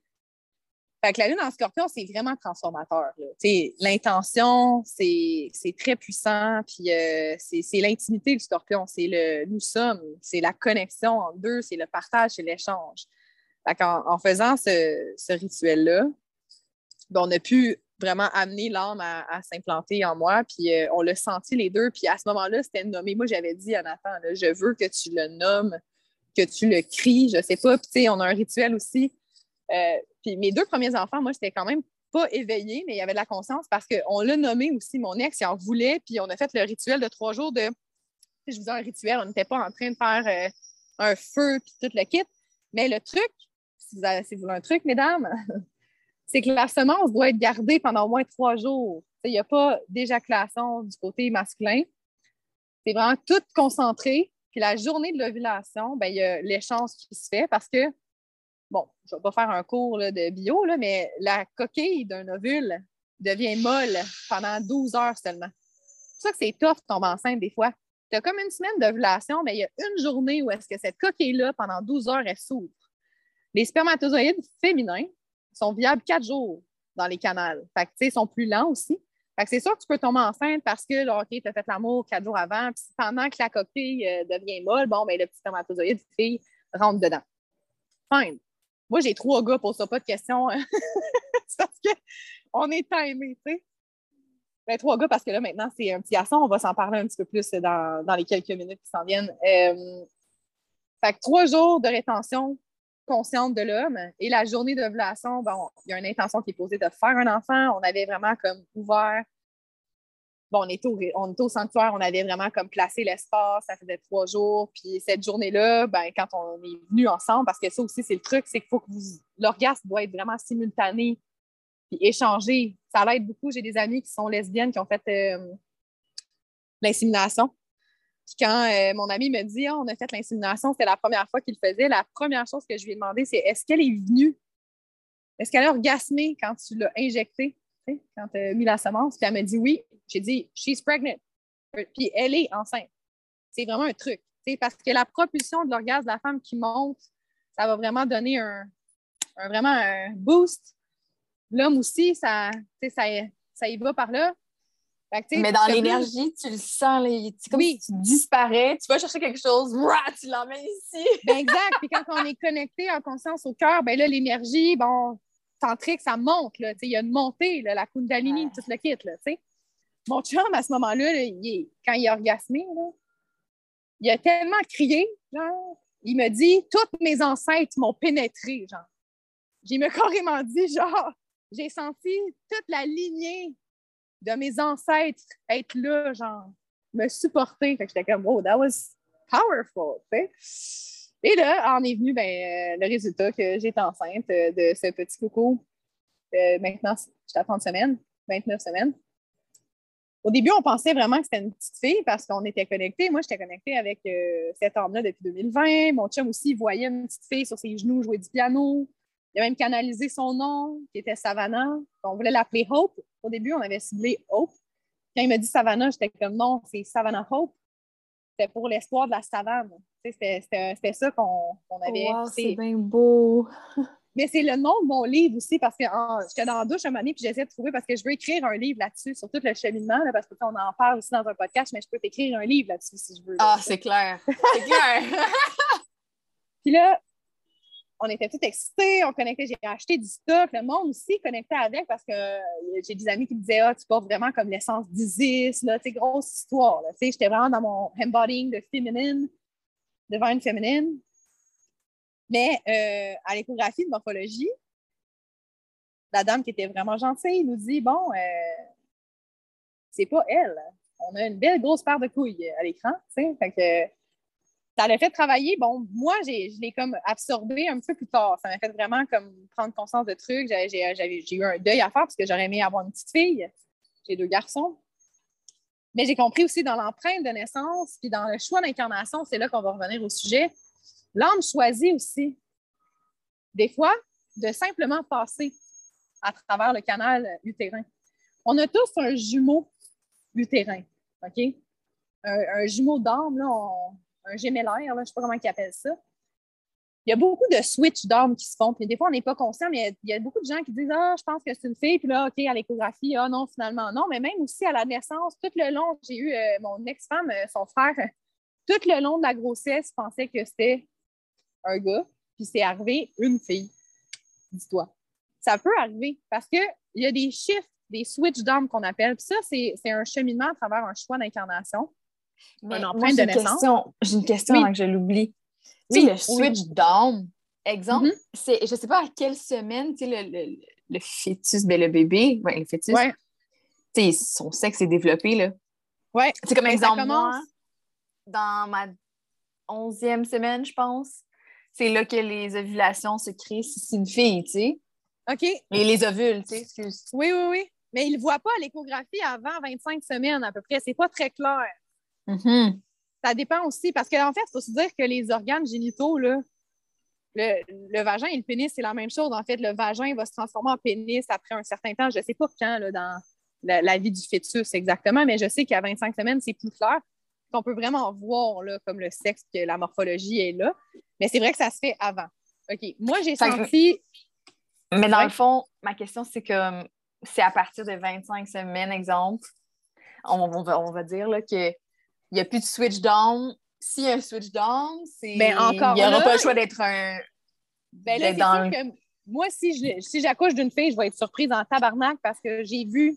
Fait que la lune en scorpion, c'est vraiment transformateur. L'intention, c'est très puissant, puis c'est l'intimité du scorpion, c'est le nous sommes, c'est la connexion entre deux, c'est le partage, c'est l'échange. Fait en faisant ce rituel-là, ben, on a pu vraiment amener l'âme à s'implanter en moi, puis on l'a senti les deux, puis à ce moment-là, c'était nommé. Moi, j'avais dit à Nathan, là, je veux que tu le nommes, que tu le cries, je sais pas, puis tu sais, on a un rituel aussi. Puis mes 2 premiers enfants, moi, j'étais quand même pas éveillée, mais il y avait de la conscience parce qu'on l'a nommé aussi, mon ex, il en voulait, puis on a fait le rituel de 3 jours de, je vous dis un rituel, on n'était pas en train de faire un feu puis tout le kit, mais le truc, si vous voulez un truc, mesdames, c'est que la semence doit être gardée pendant au moins 3 jours. Il n'y a pas d'éjaculation du côté masculin. C'est vraiment tout concentré. Puis la journée de l'ovulation, ben, il y a l'échange qui se fait parce que bon, je ne vais pas faire un cours là, de bio, là, mais la coquille d'un ovule devient molle pendant 12 heures seulement. C'est pour ça que c'est tough de tomber enceinte des fois. Tu as comme une semaine d'ovulation, mais il y a une journée où est-ce que cette coquille-là, pendant 12 heures, elle s'ouvre. Les spermatozoïdes féminins sont viables 4 jours dans les canals. Fait que, ils sont plus lents aussi. Fait que c'est sûr que tu peux tomber enceinte parce que, là, OK, tu as fait l'amour 4 jours avant, puis pendant que la coquille devient molle, bon, ben, le petit spermatozoïde fille rentre dedans. Fine. Moi, j'ai 3 gars, pose pas de questions. C'est parce qu'on est timés, tu sais. Ben, 3 gars, parce que là, maintenant, c'est un petit garçon. On va s'en parler un petit peu plus dans les quelques minutes qui s'en viennent. Fait que 3 jours de rétention consciente de l'homme et la journée d'ovulation, bon, il y a une intention qui est posée de faire un enfant. On avait vraiment comme ouvert. Bon, on était au sanctuaire, on avait vraiment comme placé l'espace, ça faisait 3 jours. Puis cette journée-là, ben, quand on est venus ensemble, parce que ça aussi, c'est le truc, c'est qu'il faut que l'orgasme doit être vraiment simultané puis échanger. Ça l'aide beaucoup. J'ai des amies qui sont lesbiennes qui ont fait l'insémination. Puis quand mon ami me dit on a fait l'insémination, c'était la première fois qu'il le faisait, la première chose que je lui ai demandé, c'est est-ce qu'elle est venue? Est-ce qu'elle a orgasmé quand tu l'as injectée? Quand tu as mis la semence? Puis elle m'a dit oui. J'ai dit she's pregnant. Puis elle est enceinte. C'est vraiment un truc. Parce que la propulsion de l'orgasme de la femme qui monte, ça va vraiment donner vraiment un boost. L'homme aussi, ça y va par là. Fait que, mais dans l'énergie, tu le sens, c'est comme si tu disparais, tu vas chercher quelque chose, tu l'emmènes ici. Ben exact. Puis quand on est connecté en conscience au cœur, ben là, l'énergie, bon, tantrique, ça monte. Il y a une montée, là, la Kundalini, tout le kit. Là, mon chum, à ce moment-là, quand il a orgasmé, là, il a tellement crié, genre, il me dit toutes mes ancêtres m'ont pénétré, genre. J'ai me carrément dit, genre, j'ai senti toute la lignée de mes ancêtres être là, genre, me supporter. Fait que j'étais comme, oh, that was powerful, tu sais. Et là, en est venu le résultat que j'étais enceinte de ce petit coco. Maintenant, j'étais à 30 semaines, 29 semaines. Au début, on pensait vraiment que c'était une petite fille parce qu'on était connectés. Moi, j'étais connectée avec cet homme-là depuis 2020. Mon chum aussi voyait une petite fille sur ses genoux jouer du piano. Il a même canalisé son nom, qui était Savannah. On voulait l'appeler Hope. Au début, on avait ciblé Hope. Quand il m'a dit Savannah, j'étais comme non, c'est Savannah Hope. C'était pour l'espoir de la savane. C'était ça qu'on avait. Wow, c'est bien beau! Mais c'est le nom de mon livre aussi, parce que j'étais dans la douche un moment donné, puis j'essaie de trouver, parce que je veux écrire un livre là-dessus, sur tout le cheminement, là, parce qu'on en parle aussi dans un podcast, mais je peux t'écrire un livre là-dessus si je veux. Ah, c'est clair! C'est clair! Puis là, on était tous excités, on connectait, j'ai acheté du stock, le monde aussi connectait avec, parce que j'ai des amis qui me disaient « Ah, tu portes vraiment comme l'essence d'Isis, là, tu sais, grosse histoire. » J'étais vraiment dans mon embodying de féminine, divine féminine. Mais à l'échographie de morphologie, la dame qui était vraiment gentille nous dit bon, c'est pas elle. On a une belle grosse paire de couilles à l'écran, tu sais. Fait que ça l'a fait travailler. Bon, moi, je l'ai comme absorbé un petit peu plus tard. Ça m'a fait vraiment comme prendre conscience de trucs. J'ai eu un deuil à faire parce que j'aurais aimé avoir une petite fille. J'ai 2 garçons. Mais j'ai compris aussi dans l'empreinte de naissance puis dans le choix d'incarnation, c'est là qu'on va revenir au sujet. L'âme choisit aussi, des fois, de simplement passer à travers le canal utérin. On a tous un jumeau utérin, OK? Un jumeau d'âme, là, un gémellaire, là, je ne sais pas comment ils appellent ça. Il y a beaucoup de switch d'âme qui se font. Puis des fois, on n'est pas conscient, mais il y a beaucoup de gens qui disent « Ah, je pense que c'est une fille. » Puis là, OK, à l'échographie, ah non, finalement, non. Mais même aussi à la naissance, tout le long, j'ai eu mon ex-femme, son frère, tout le long de la grossesse, pensait que c'était un gars, puis c'est arrivé une fille. Dis-toi. Ça peut arriver parce qu'il y a des shifts, des switch d'âme qu'on appelle. Puis ça, c'est un cheminement à travers un choix d'incarnation. Mais un moi, empreinte de naissance. J'ai une question Oui. avant que je l'oublie. Oui, Tu sais, le switch d'âme, exemple, Mm-hmm. je ne sais pas à quelle semaine, tu sais, le fœtus, ben, le bébé, ouais, le fœtus, Ouais. tu sais, son sexe est développé, là. Ouais. C'est comme Mais exemple, ça commence... moi, dans ma 11e semaine, je pense, c'est là que les ovulations se créent si c'est une fille, tu sais. OK. Et les ovules, tu sais, excuse. Oui, oui, oui. Mais il ne voit pas l'échographie avant 25 semaines à peu près. C'est pas très clair. Mm-hmm. Ça dépend aussi, parce qu'en fait, il faut se dire que les organes génitaux, là, le vagin et le pénis, c'est la même chose. En fait, le vagin va se transformer en pénis après un certain temps. Je ne sais pas quand là, dans la vie du fœtus exactement, mais je sais qu'à 25 semaines, c'est plus clair. On peut vraiment voir là, comme le sexe, que la morphologie est là. Mais c'est vrai que ça se fait avant. OK. Moi, j'ai senti... Mais dans le fond, ma question, c'est que c'est à partir de 25 semaines, exemple, on va dire là, qu'il n'y a plus de switch down. S'il y a un switch down, Ben, il encore n'y aura là, pas le choix d'être un... Ben là, c'est sûr que moi, si j'accouche d'une fille, je vais être surprise en tabarnak parce que j'ai vu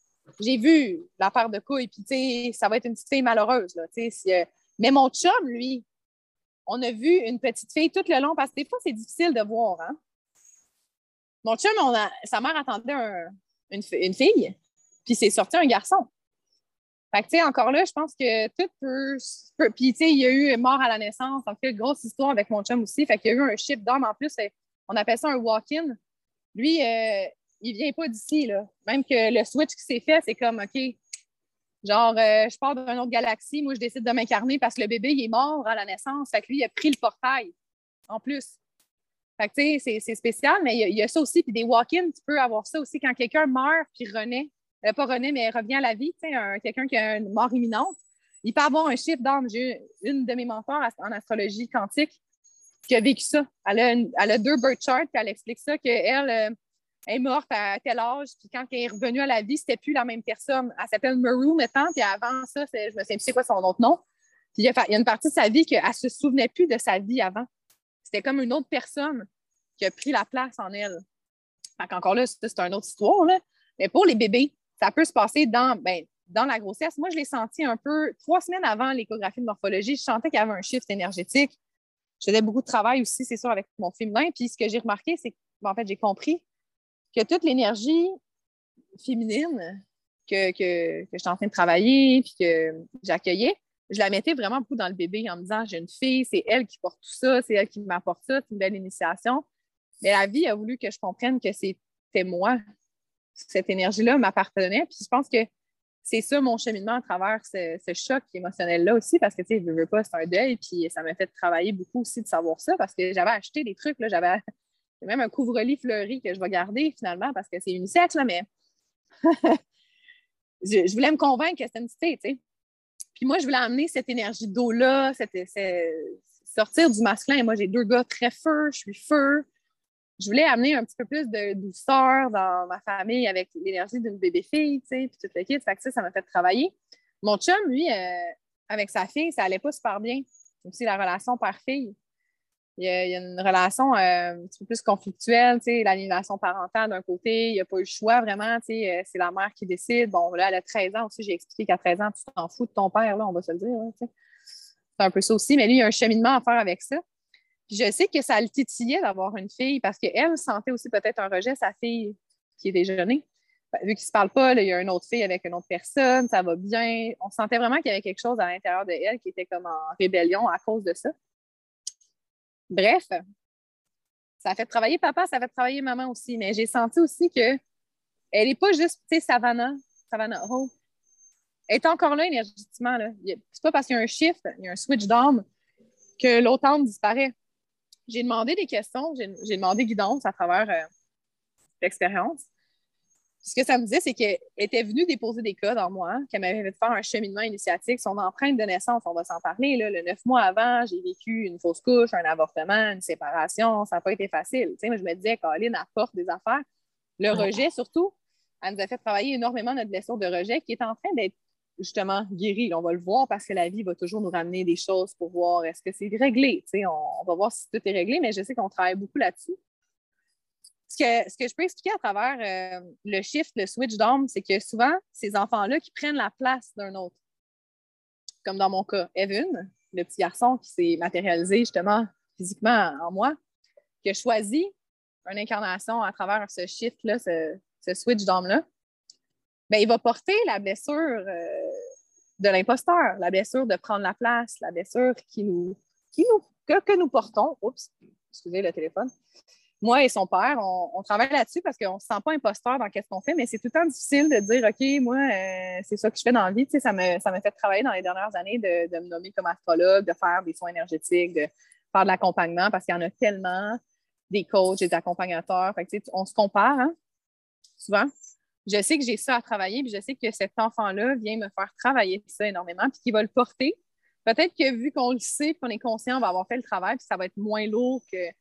la paire de couilles, puis tu sais, ça va être une petite fille malheureuse, là, tu sais. Mais mon chum, lui, on a vu une petite fille tout le long, parce que des fois, c'est difficile de voir, hein. Mon chum, sa mère attendait une fille, puis c'est sorti un garçon. Fait que, tu sais, encore là, je pense que tout peut puis, tu sais, il y a eu mort à la naissance, en fait, grosse histoire avec mon chum aussi. Fait qu'il y a eu un shift d'âme en plus. On appelle ça un walk-in. Lui, il vient pas d'ici, là. Même que le switch qui s'est fait, c'est comme, OK, genre, je pars d'une autre galaxie, moi, je décide de m'incarner parce que le bébé, il est mort à la naissance. Fait que lui, il a pris le portail, en plus. Fait que, tu sais, c'est spécial, mais il y a ça aussi. Puis des walk-ins, tu peux avoir ça aussi quand quelqu'un meurt puis renaît. Pas renaît, mais revient à la vie. Tu sais, quelqu'un qui a une mort imminente. Il peut avoir un chiffre d'âme. J'ai une de mes mentors en astrologie quantique qui a vécu ça. Elle a 2 birth charts, puis elle explique ça, qu'elle est morte à tel âge, puis quand elle est revenue à la vie, c'était plus la même personne. Elle s'appelle Meru maintenant, puis avant ça, je me souviens plus c'est quoi son autre nom. Puis il y a une partie de sa vie qu'elle ne se souvenait plus de sa vie avant. C'était comme une autre personne qui a pris la place en elle. Fait qu'encore là, c'est une autre histoire, là. Mais pour les bébés, ça peut se passer dans la grossesse. Moi, je l'ai senti un peu 3 semaines avant l'échographie de morphologie. Je sentais qu'il y avait un shift énergétique. Je faisais beaucoup de travail aussi, c'est sûr, avec mon féminin. Puis ce que j'ai remarqué, c'est que, en fait, j'ai compris que toute l'énergie féminine que j'étais en train de travailler puis que j'accueillais, je la mettais vraiment beaucoup dans le bébé en me disant, j'ai une fille, c'est elle qui porte tout ça, c'est elle qui m'apporte ça, c'est une belle initiation. Mais la vie a voulu que je comprenne que c'était moi. Cette énergie-là m'appartenait. Puis je pense que c'est ça mon cheminement à travers ce choc émotionnel-là aussi, parce que, tu sais, je veux pas, c'est un deuil, puis ça m'a fait travailler beaucoup aussi de savoir ça, parce que j'avais acheté des trucs, là, j'avais même un couvre-lit fleuri que je vais garder finalement, parce que c'est unisexe, là, mais je voulais me convaincre que c'était une cité, tu sais. Puis moi, je voulais amener cette énergie d'eau-là, sortir du masculin. Et moi, j'ai 2 gars très feu, je suis feu. Je voulais amener un petit peu plus de douceur dans ma famille avec l'énergie d'une bébé-fille, tu sais, puis tout le kit. Fait que ça m'a fait travailler. Mon chum, lui, avec sa fille, ça allait pas super bien. C'est aussi la relation père-fille. Il y a une relation un petit peu plus conflictuelle, tu sais, l'aliénation parentale d'un côté, il n'y a pas eu le choix vraiment, tu sais, c'est la mère qui décide. Bon, là, elle a 13 ans aussi, j'ai expliqué qu'à 13 ans, tu t'en fous de ton père, là, on va se le dire, là, tu sais. C'est un peu ça aussi, mais lui, il y a un cheminement à faire avec ça. Puis je sais que ça le titillait d'avoir une fille parce qu'elle sentait aussi peut-être un rejet, sa fille qui est déjeunée. Vu qu'ils ne se parlent pas, là, il y a une autre fille avec une autre personne, ça va bien. On sentait vraiment qu'il y avait quelque chose à l'intérieur de elle qui était comme en rébellion à cause de ça. Bref, ça a fait travailler papa, ça a fait travailler maman aussi, mais j'ai senti aussi que elle n'est pas juste, tu sais, Savannah Hope. Elle est encore là énergétiquement. Là. C'est pas parce qu'il y a un shift, il y a un switch d'âme que l'autre âme disparaît. J'ai demandé des questions, j'ai demandé guidance à travers l'expérience. Ce que ça me disait, c'est qu'elle était venue déposer des codes en moi, qu'elle m'avait fait faire un cheminement initiatique. Son empreinte de naissance, on va s'en parler. Là, le 9 mois avant, j'ai vécu une fausse couche, un avortement, une séparation. Ça n'a pas été facile. Tu sais, moi, je me disais, Caroline apporte des affaires. Le rejet, surtout, elle nous a fait travailler énormément notre blessure de rejet qui est en train d'être justement guérie. On va le voir parce que la vie va toujours nous ramener des choses pour voir est-ce que c'est réglé. Tu sais, on va voir si tout est réglé, mais je sais qu'on travaille beaucoup là-dessus. Ce que je peux expliquer à travers le shift, le switch d'âme, c'est que souvent, ces enfants-là qui prennent la place d'un autre. Comme dans mon cas, Evan, le petit garçon qui s'est matérialisé justement physiquement en moi, qui a choisi une incarnation à travers ce shift-là, ce switch d'âme-là, ben, il va porter la blessure de l'imposteur, la blessure de prendre la place, la blessure que nous portons. Oups, excusez le téléphone. Moi et son père, on travaille là-dessus parce qu'on ne se sent pas imposteur dans ce qu'on fait, mais c'est tout le temps difficile de dire, OK, moi, c'est ça que je fais dans la vie. Tu sais, ça m'a fait travailler dans les dernières années de me nommer comme astrologue, de faire des soins énergétiques, de faire de l'accompagnement parce qu'il y en a tellement, des coachs, des accompagnateurs. Fait que, tu sais, on se compare, hein, souvent. Je sais que j'ai ça à travailler, puis je sais que cet enfant-là vient me faire travailler ça énormément, puis qu'il va le porter. Peut-être que vu qu'on le sait, qu'on est conscient, on va avoir fait le travail, puis ça va être moins lourd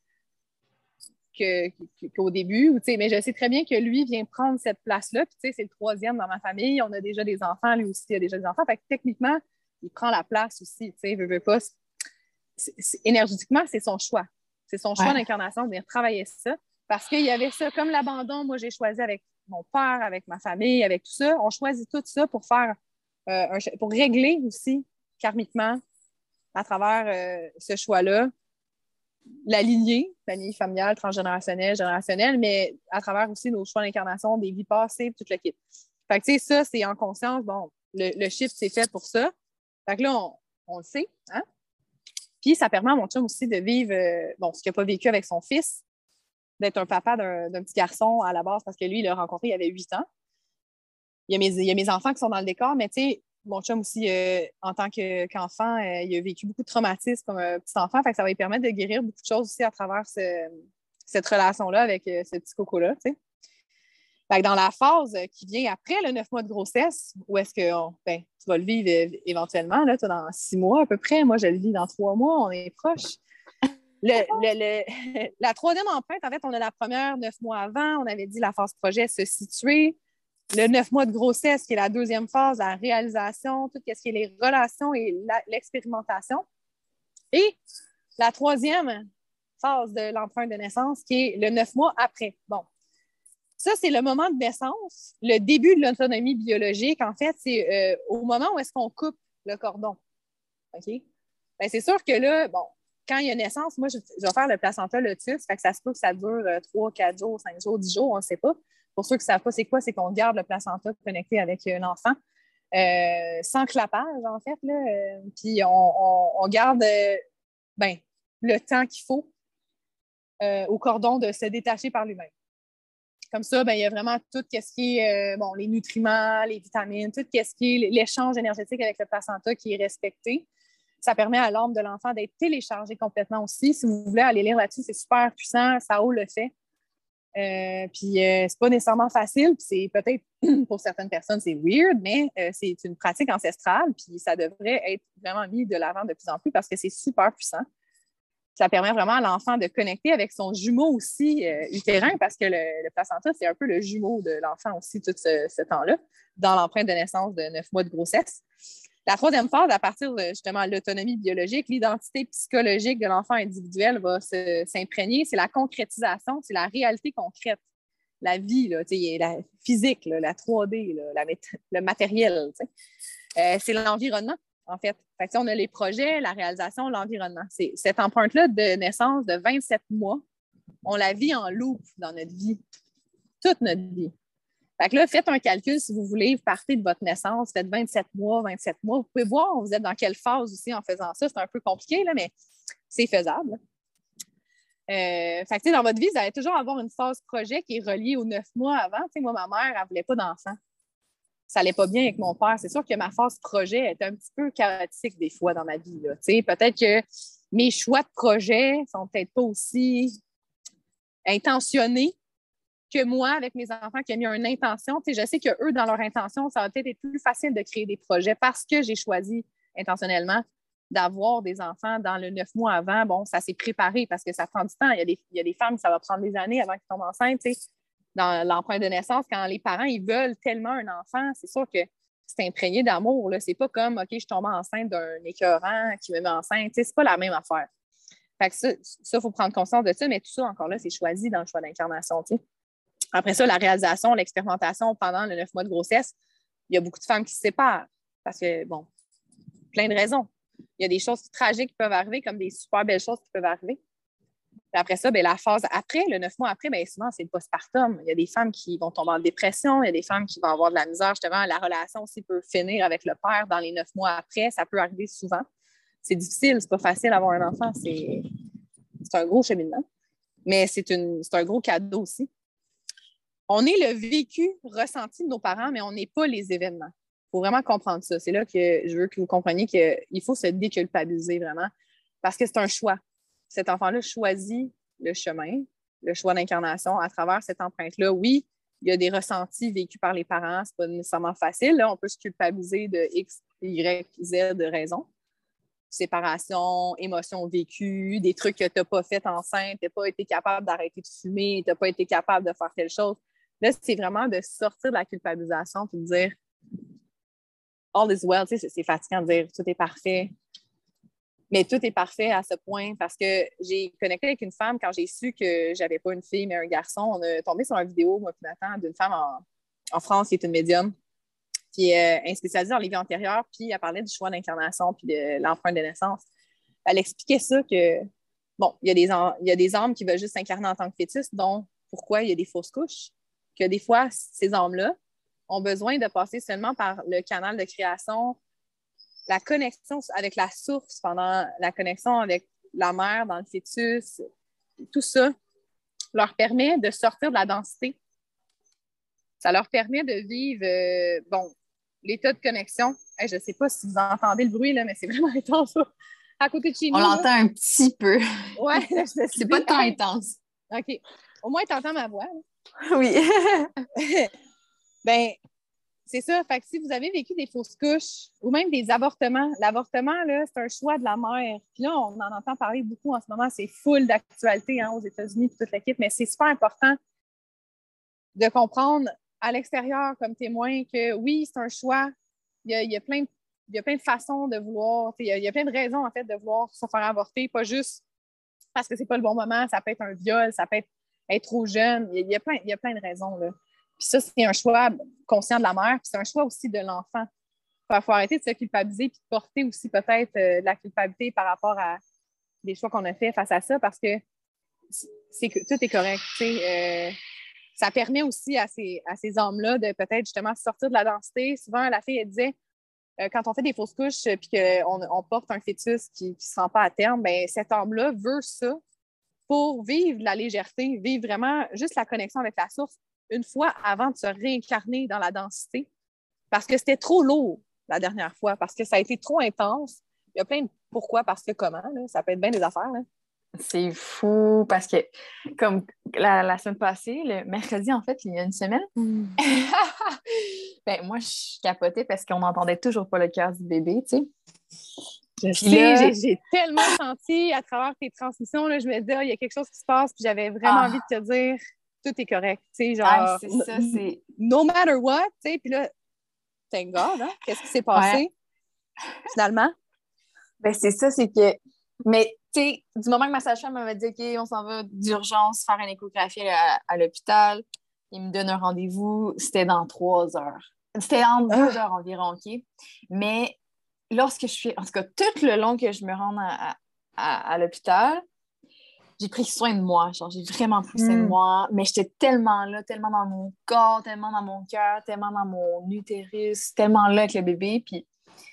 qu'au début. Mais je sais très bien que lui vient prendre cette place-là. Puis, c'est le 3e dans ma famille. On a déjà des enfants. Lui aussi, il a déjà des enfants. Fait que techniquement, il prend la place aussi. Veut pas. Énergétiquement, c'est son choix. C'est son choix d'incarnation de venir travailler ça. Parce qu'il y avait ça, comme l'abandon, moi, j'ai choisi avec mon père, avec ma famille, avec tout ça. On choisit tout ça pour faire pour régler aussi karmiquement à travers ce choix-là la lignée familiale, transgénérationnelle, générationnelle, mais à travers aussi nos choix d'incarnation, des vies passées, tout le kit. Fait que, tu sais, ça, c'est en conscience. Bon, le shift, c'est fait pour ça. Fait que là, on le sait, hein? Puis, ça permet à mon chum aussi de vivre, ce qu'il n'a pas vécu avec son fils, d'être un papa d'un petit garçon à la base, parce que lui, il l'a rencontré, il avait 8 ans. Il y a mes enfants qui sont dans le décor, mais tu sais, mon chum aussi, en tant qu'enfant, il a vécu beaucoup de traumatismes comme un petit enfant. Fait que ça va lui permettre de guérir beaucoup de choses aussi à travers cette relation-là avec ce petit coco-là. Fait que dans la phase qui vient après le 9 mois de grossesse, où est-ce que tu vas le vivre éventuellement, là, dans 6 mois à peu près. Moi, je le vis dans 3 mois, on est proche. La 3e empreinte, en fait, on a la première 9 mois avant. On avait dit la phase projet se situer. Le 9 mois de grossesse, qui est la 2e phase, la réalisation, tout ce qui est les relations et l'expérimentation. Et la 3e phase de l'empreinte de naissance, qui est le 9 mois après. Bon, ça, c'est le moment de naissance, le début de l'autonomie biologique. En fait, c'est au moment où est-ce qu'on coupe le cordon. OK? Ben, c'est sûr que là, bon, quand il y a naissance, moi, je vais faire le placenta lotus, fait que ça se peut que ça dure 3, 4 jours, 5 jours, 10 jours, on ne sait pas. Pour ceux qui ne savent pas c'est quoi, c'est qu'on garde le placenta connecté avec l'enfant sans clapage, en fait. Là, puis on garde le temps qu'il faut au cordon de se détacher par lui-même. Comme ça, ben, il y a vraiment tout ce qui est les nutriments, les vitamines, tout ce qui est l'échange énergétique avec le placenta qui est respecté. Ça permet à l'âme de l'enfant d'être téléchargé complètement aussi. Si vous voulez aller lire là-dessus, c'est super puissant. Sao le fait. C'est pas nécessairement facile. Puis c'est peut-être, pour certaines personnes, c'est weird, mais c'est une pratique ancestrale. Puis ça devrait être vraiment mis de l'avant de plus en plus parce que c'est super puissant. Ça permet vraiment à l'enfant de connecter avec son jumeau aussi utérin parce que le placenta, c'est un peu le jumeau de l'enfant aussi tout ce temps-là, dans l'empreinte de naissance de 9 mois de grossesse. La troisième phase, à partir de justement l'autonomie biologique, l'identité psychologique de l'enfant individuel va s'imprégner. C'est la concrétisation, c'est la réalité concrète. La vie, là, la physique, là, la 3D, là, le matériel. C'est l'environnement, en fait. Fait que, on a les projets, la réalisation, l'environnement. C'est cette empreinte-là de naissance de 27 mois, on la vit en loupe dans notre vie, toute notre vie. Fait que là, faites un calcul si vous voulez, vous partez de votre naissance, faites 27 mois. Vous pouvez voir, vous êtes dans quelle phase aussi en faisant ça. C'est un peu compliqué, là, mais c'est faisable. Fait que, dans votre vie, vous allez toujours avoir une phase projet qui est reliée aux 9 mois avant. Moi, ma mère, elle ne voulait pas d'enfant. Ça n'allait pas bien avec mon père. C'est sûr que ma phase projet est un petit peu chaotique des fois dans ma vie. Peut-être que mes choix de projet sont peut-être pas aussi intentionnés que moi, avec mes enfants, qui ont mis une intention. Je sais qu'eux, dans leur intention, ça va peut-être être plus facile de créer des projets parce que j'ai choisi intentionnellement d'avoir des enfants dans le 9 mois avant. Bon, ça s'est préparé parce que ça prend du temps. Il y a des femmes, ça va prendre des années avant qu'ils tombent enceintes. Dans l'empreinte de naissance, quand les parents ils veulent tellement un enfant, c'est sûr que c'est imprégné d'amour. C'est pas comme, OK, je tombe enceinte d'un écœurant qui me met enceinte. C'est pas la même affaire. Fait que ça, il faut prendre conscience de ça, mais tout ça, encore là, c'est choisi dans le choix d'incarnation. Après ça, la réalisation, l'expérimentation pendant le 9 mois de grossesse, il y a beaucoup de femmes qui se séparent parce que, bon, plein de raisons. Il y a des choses tragiques qui peuvent arriver comme des super belles choses qui peuvent arriver. Puis après ça, la phase après, le 9 mois après, souvent, c'est le postpartum. Il y a des femmes qui vont tomber en dépression, il y a des femmes qui vont avoir de la misère. Justement, la relation aussi peut finir avec le père dans les 9 mois après. Ça peut arriver souvent. C'est difficile, c'est pas facile d'avoir un enfant. C'est un gros cheminement. Mais c'est un gros cadeau aussi. On est le vécu ressenti de nos parents, mais on n'est pas les événements. Il faut vraiment comprendre ça. C'est là que je veux que vous compreniez qu'il faut se déculpabiliser vraiment parce que c'est un choix. Cet enfant-là choisit le chemin, le choix d'incarnation à travers cette empreinte-là. Oui, il y a des ressentis vécus par les parents. Ce n'est pas nécessairement facile. Là, on peut se culpabiliser de X, Y, Z raisons. Séparation, émotions vécues, des trucs que tu n'as pas fait enceinte, tu n'as pas été capable d'arrêter de fumer, tu n'as pas été capable de faire telle chose. Là, c'est vraiment de sortir de la culpabilisation et de dire all is well. C'est fatigant de dire tout est parfait. Mais tout est parfait à ce point parce que j'ai connecté avec une femme quand j'ai su que j'avais pas une fille mais un garçon. On a tombé sur une vidéo, moi puis Nathan, d'une femme en France qui est une médium qui est spécialisée dans les vies antérieures, puis elle parlait du choix d'incarnation puis de l'empreinte de naissance. Elle expliquait ça que, bon, il y a des âmes qui veulent juste s'incarner en tant que fœtus, donc pourquoi il y a des fausses couches, que des fois, ces âmes-là ont besoin de passer seulement par le canal de création, la connexion avec la source pendant la connexion avec la mère dans le fœtus, tout ça leur permet de sortir de la densité. Ça leur permet de vivre, l'état de connexion. Hey, je ne sais pas si vous entendez le bruit, là, mais c'est vraiment intense. À côté de chez nous. On l'entend un petit peu. Ouais, c'est pas tant intense. OK. Au moins, tu entends ma voix. Oui. C'est ça. Fait que si vous avez vécu des fausses couches ou même des avortements, l'avortement, là, c'est un choix de la mère. Puis là, on en entend parler beaucoup en ce moment. C'est full d'actualité aux États-Unis et toute l'équipe, mais c'est super important de comprendre à l'extérieur comme témoin que oui, c'est un choix. Il y a plein de façons de vouloir. Il y a plein de raisons, en fait, de vouloir se faire avorter, pas juste parce que c'est pas le bon moment. Ça peut être un viol, ça peut être trop jeune. Il y a plein de raisons, là. Puis ça, c'est un choix conscient de la mère, puis c'est un choix aussi de l'enfant. Il faut arrêter de se culpabiliser puis de porter aussi peut-être de la culpabilité par rapport à des choix qu'on a fait face à ça parce que tout est correct. Ça permet aussi à ces hommes-là de peut-être justement sortir de la densité. Souvent, la fille, elle disait, quand on fait des fausses couches puis qu'on porte un fœtus qui ne se rend pas à terme, bien, cet homme-là veut ça pour vivre la légèreté, vivre vraiment juste la connexion avec la source. une fois avant de se réincarner dans la densité parce que c'était trop lourd la dernière fois, parce que ça a été trop intense. Il y a plein de pourquoi, parce que comment, là, ça peut être bien des affaires. Là. C'est fou parce que, comme la semaine passée, le mercredi, en fait, il y a une semaine, ben, moi, je capotais parce qu'on n'entendait toujours pas le cœur du bébé, tu sais. Je Puis sais, là- j'ai tellement senti à travers tes transmissions, là, je me disais, il y a quelque chose qui se passe, puis j'avais vraiment envie de te dire, tout est correct, tu sais, genre, c'est ça, c'est... no matter what, tu sais, puis là, thank God, hein? Qu'est-ce qui s'est passé, finalement? Ben, c'est ça, c'est que... Mais, tu sais, du moment que ma sage-femme m'avait dit, OK, on s'en va d'urgence faire une échographie à l'hôpital, il me donne un rendez-vous, c'était dans 3 heures. C'était en 2 heures environ, OK? Mais lorsque je suis... En tout cas, tout le long que je me rends à l'hôpital, j'ai pris soin de moi. Genre, j'ai vraiment pris soin de moi. Mais j'étais tellement là, tellement dans mon corps, tellement dans mon cœur, tellement dans mon utérus, tellement là avec le bébé. Puis,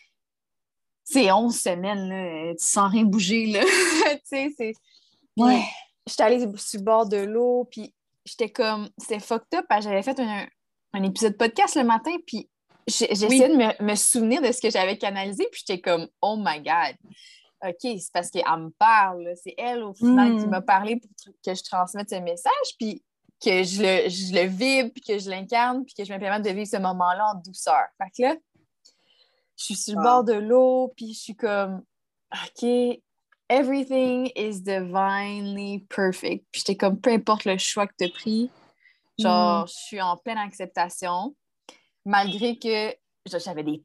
c'est 11 semaines, là, tu sens rien bouger, là. Tu sais, c'est... Puis, j'étais allée sur le bord de l'eau, puis j'étais comme... C'était fucked up, parce que j'avais fait un épisode podcast le matin, puis j'essayais de me souvenir de ce que j'avais canalisé, puis j'étais comme, oh my God. OK, c'est parce qu'elle me parle, là. C'est elle, au final, qui m'a parlé pour que je transmette ce message, puis que je le vibre, puis que je l'incarne, puis que je me permette de vivre ce moment-là en douceur. Fait que là, je suis sur le bord de l'eau, puis je suis comme, OK, everything is divinely perfect. Puis j'étais comme, peu importe le choix que tu as pris, genre, je suis en pleine acceptation, malgré que genre,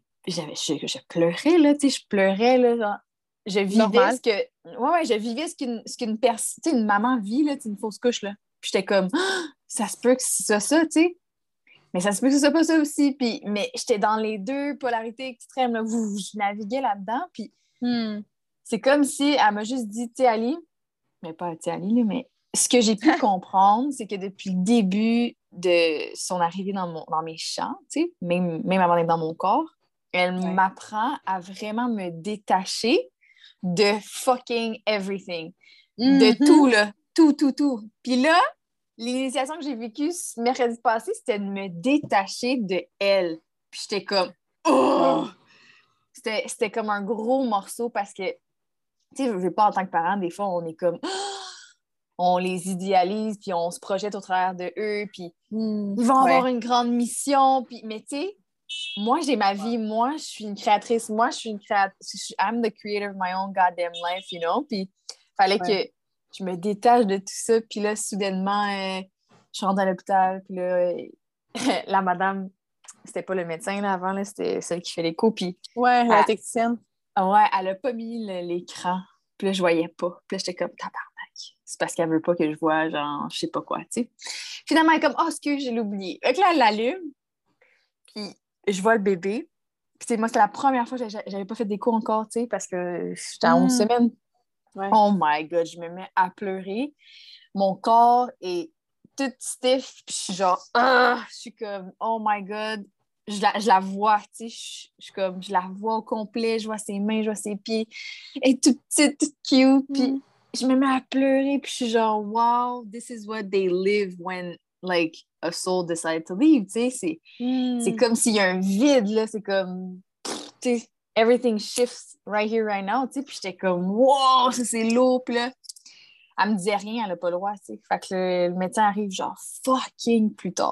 je pleurais, là, tu sais, je pleurais, là, genre, je vivais Normal. ce que... Ouais, je vivais ce qu'une personne... Tu sais, une maman vit, là, une fausse couche, là. Puis j'étais comme, ah, ça se peut que ce soit ça, tu sais. Mais ça se peut que ce soit pas ça aussi. Puis, mais j'étais dans les deux polarités extrêmes, là. Je naviguais là-dedans. Puis c'est comme si elle m'a juste dit, tu sais, Ali, mais pas tu sais, Ali, là, mais ce que j'ai pu comprendre, c'est que depuis le début de son arrivée dans mes champs, tu sais, même avant d'être dans mon corps, elle m'apprend à vraiment me détacher de fucking everything. De tout, là. Tout. Puis là, l'initiation que j'ai vécue mercredi passé, c'était de me détacher de elle. Puis j'étais comme... Oh! C'était comme un gros morceau parce que, tu sais, je veux pas, en tant que parent, des fois, on est comme... On les idéalise, puis on se projette au travers de eux, puis ils vont avoir une grande mission. Puis... Mais tu sais, moi, j'ai ma vie. Moi, je suis une créatrice. Moi, je suis une créatrice. I'm the creator of my own goddamn life, you know? Puis, il fallait que je me détache de tout ça. Puis là, soudainement, je rentre à l'hôpital. Puis là, la madame, c'était pas le médecin là, avant, là, c'était celle qui fait l'écho. Puis, la technicienne. Ouais, elle a pas mis l'écran. Puis là, je voyais pas. Puis là, j'étais comme, tabarnak. C'est parce qu'elle veut pas que je vois, genre, je sais pas quoi, tu sais. Finalement, elle est comme, oh, excuse, j'ai oublié. Donc là, elle l'allume. Puis, je vois le bébé. Puis, moi, c'est la première fois que j'avais pas fait d'écho encore, tu sais, parce que j'étais à 11 semaines. Oh my God, je me mets à pleurer. Mon corps est tout stiff. Puis, je suis genre, je suis comme, oh my God. Je la vois, tu sais, je la vois au complet, je vois ses mains, je vois ses pieds. Elle est toute petite, toute cute. Puis, je me mets à pleurer. Puis, je suis genre, wow, this is what they live when, like, a soul decide to leave, tu sais, c'est comme s'il y a un vide, là, c'est comme, tu sais, everything shifts right here, right now, tu sais, puis j'étais comme, wow, ça c'est lourd, puis là, elle me disait rien, elle n'a pas le droit, tu sais, fait que le médecin arrive genre fucking plus tard.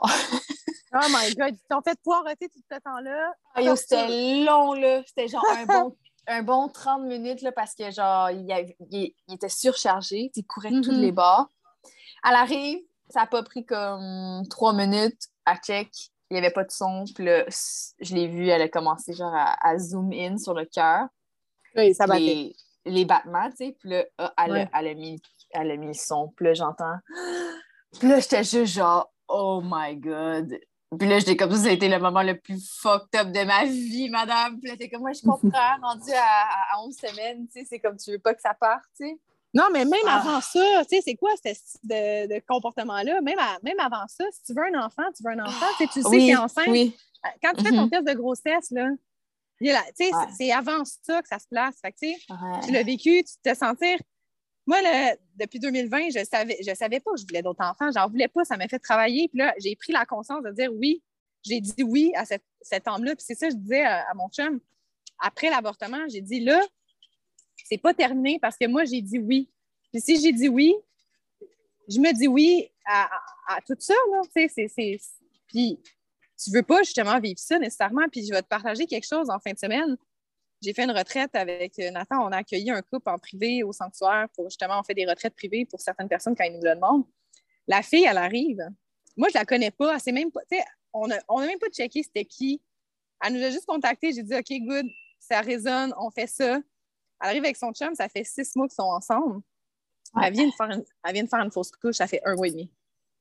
Oh my God, ils t'ont fait poireauter tout ce temps-là. C'était long, là, c'était genre un bon 30 minutes, là, parce que genre, il était surchargé, il courait de tous les bords. Elle arrive, ça n'a pas pris comme 3 minutes à check. Il n'y avait pas de son. Puis là, je l'ai vue, elle a commencé genre à zoom in sur le cœur. Oui, ça battait. Les battements, tu sais. Puis là, elle a mis le son. Puis là, j'entends. Puis là, j'étais juste genre, oh my God. Puis là, j'étais comme ça a été le moment le plus fucked up de ma vie, madame. Puis là, t'es comme, moi, je comprends, rendu à 11 semaines, tu sais, c'est comme tu veux pas que ça parte, tu sais. Non, mais même avant ça, tu sais, c'est quoi ce style de comportement-là? Même avant ça, si tu veux un enfant, tu veux un enfant. Tu sais que tu es enceinte. Oui. Quand tu fais ton test de grossesse, là, tu sais, c'est avant ça que ça se place. Fait que, tu sais, tu l'as vécu, tu te sentir Moi, depuis 2020, je savais pas que je voulais d'autres enfants. J'en voulais pas. Ça m'a fait travailler. Puis là, j'ai pris la conscience de dire oui. J'ai dit oui à cet homme-là. Puis c'est ça que je disais à mon chum. Après l'avortement, j'ai dit là, c'est pas terminé parce que moi, j'ai dit oui. Puis si j'ai dit oui, je me dis oui à tout ça, là. Tu sais, Puis tu veux pas justement vivre ça nécessairement. Puis je vais te partager quelque chose en fin de semaine. J'ai fait une retraite avec Nathan. On a accueilli un couple en privé au sanctuaire pour justement, on fait des retraites privées pour certaines personnes quand ils nous le demandent. La fille, elle arrive. Moi, je la connais pas. Elle sait même pas. Tu sais, on a même pas checké c'était qui. Elle nous a juste contacté. J'ai dit, OK, good, ça résonne, on fait ça. Elle arrive avec son chum, ça fait 6 mois qu'ils sont ensemble. Ouais. Elle vient de faire une fausse couche, ça fait 1 mois et demi.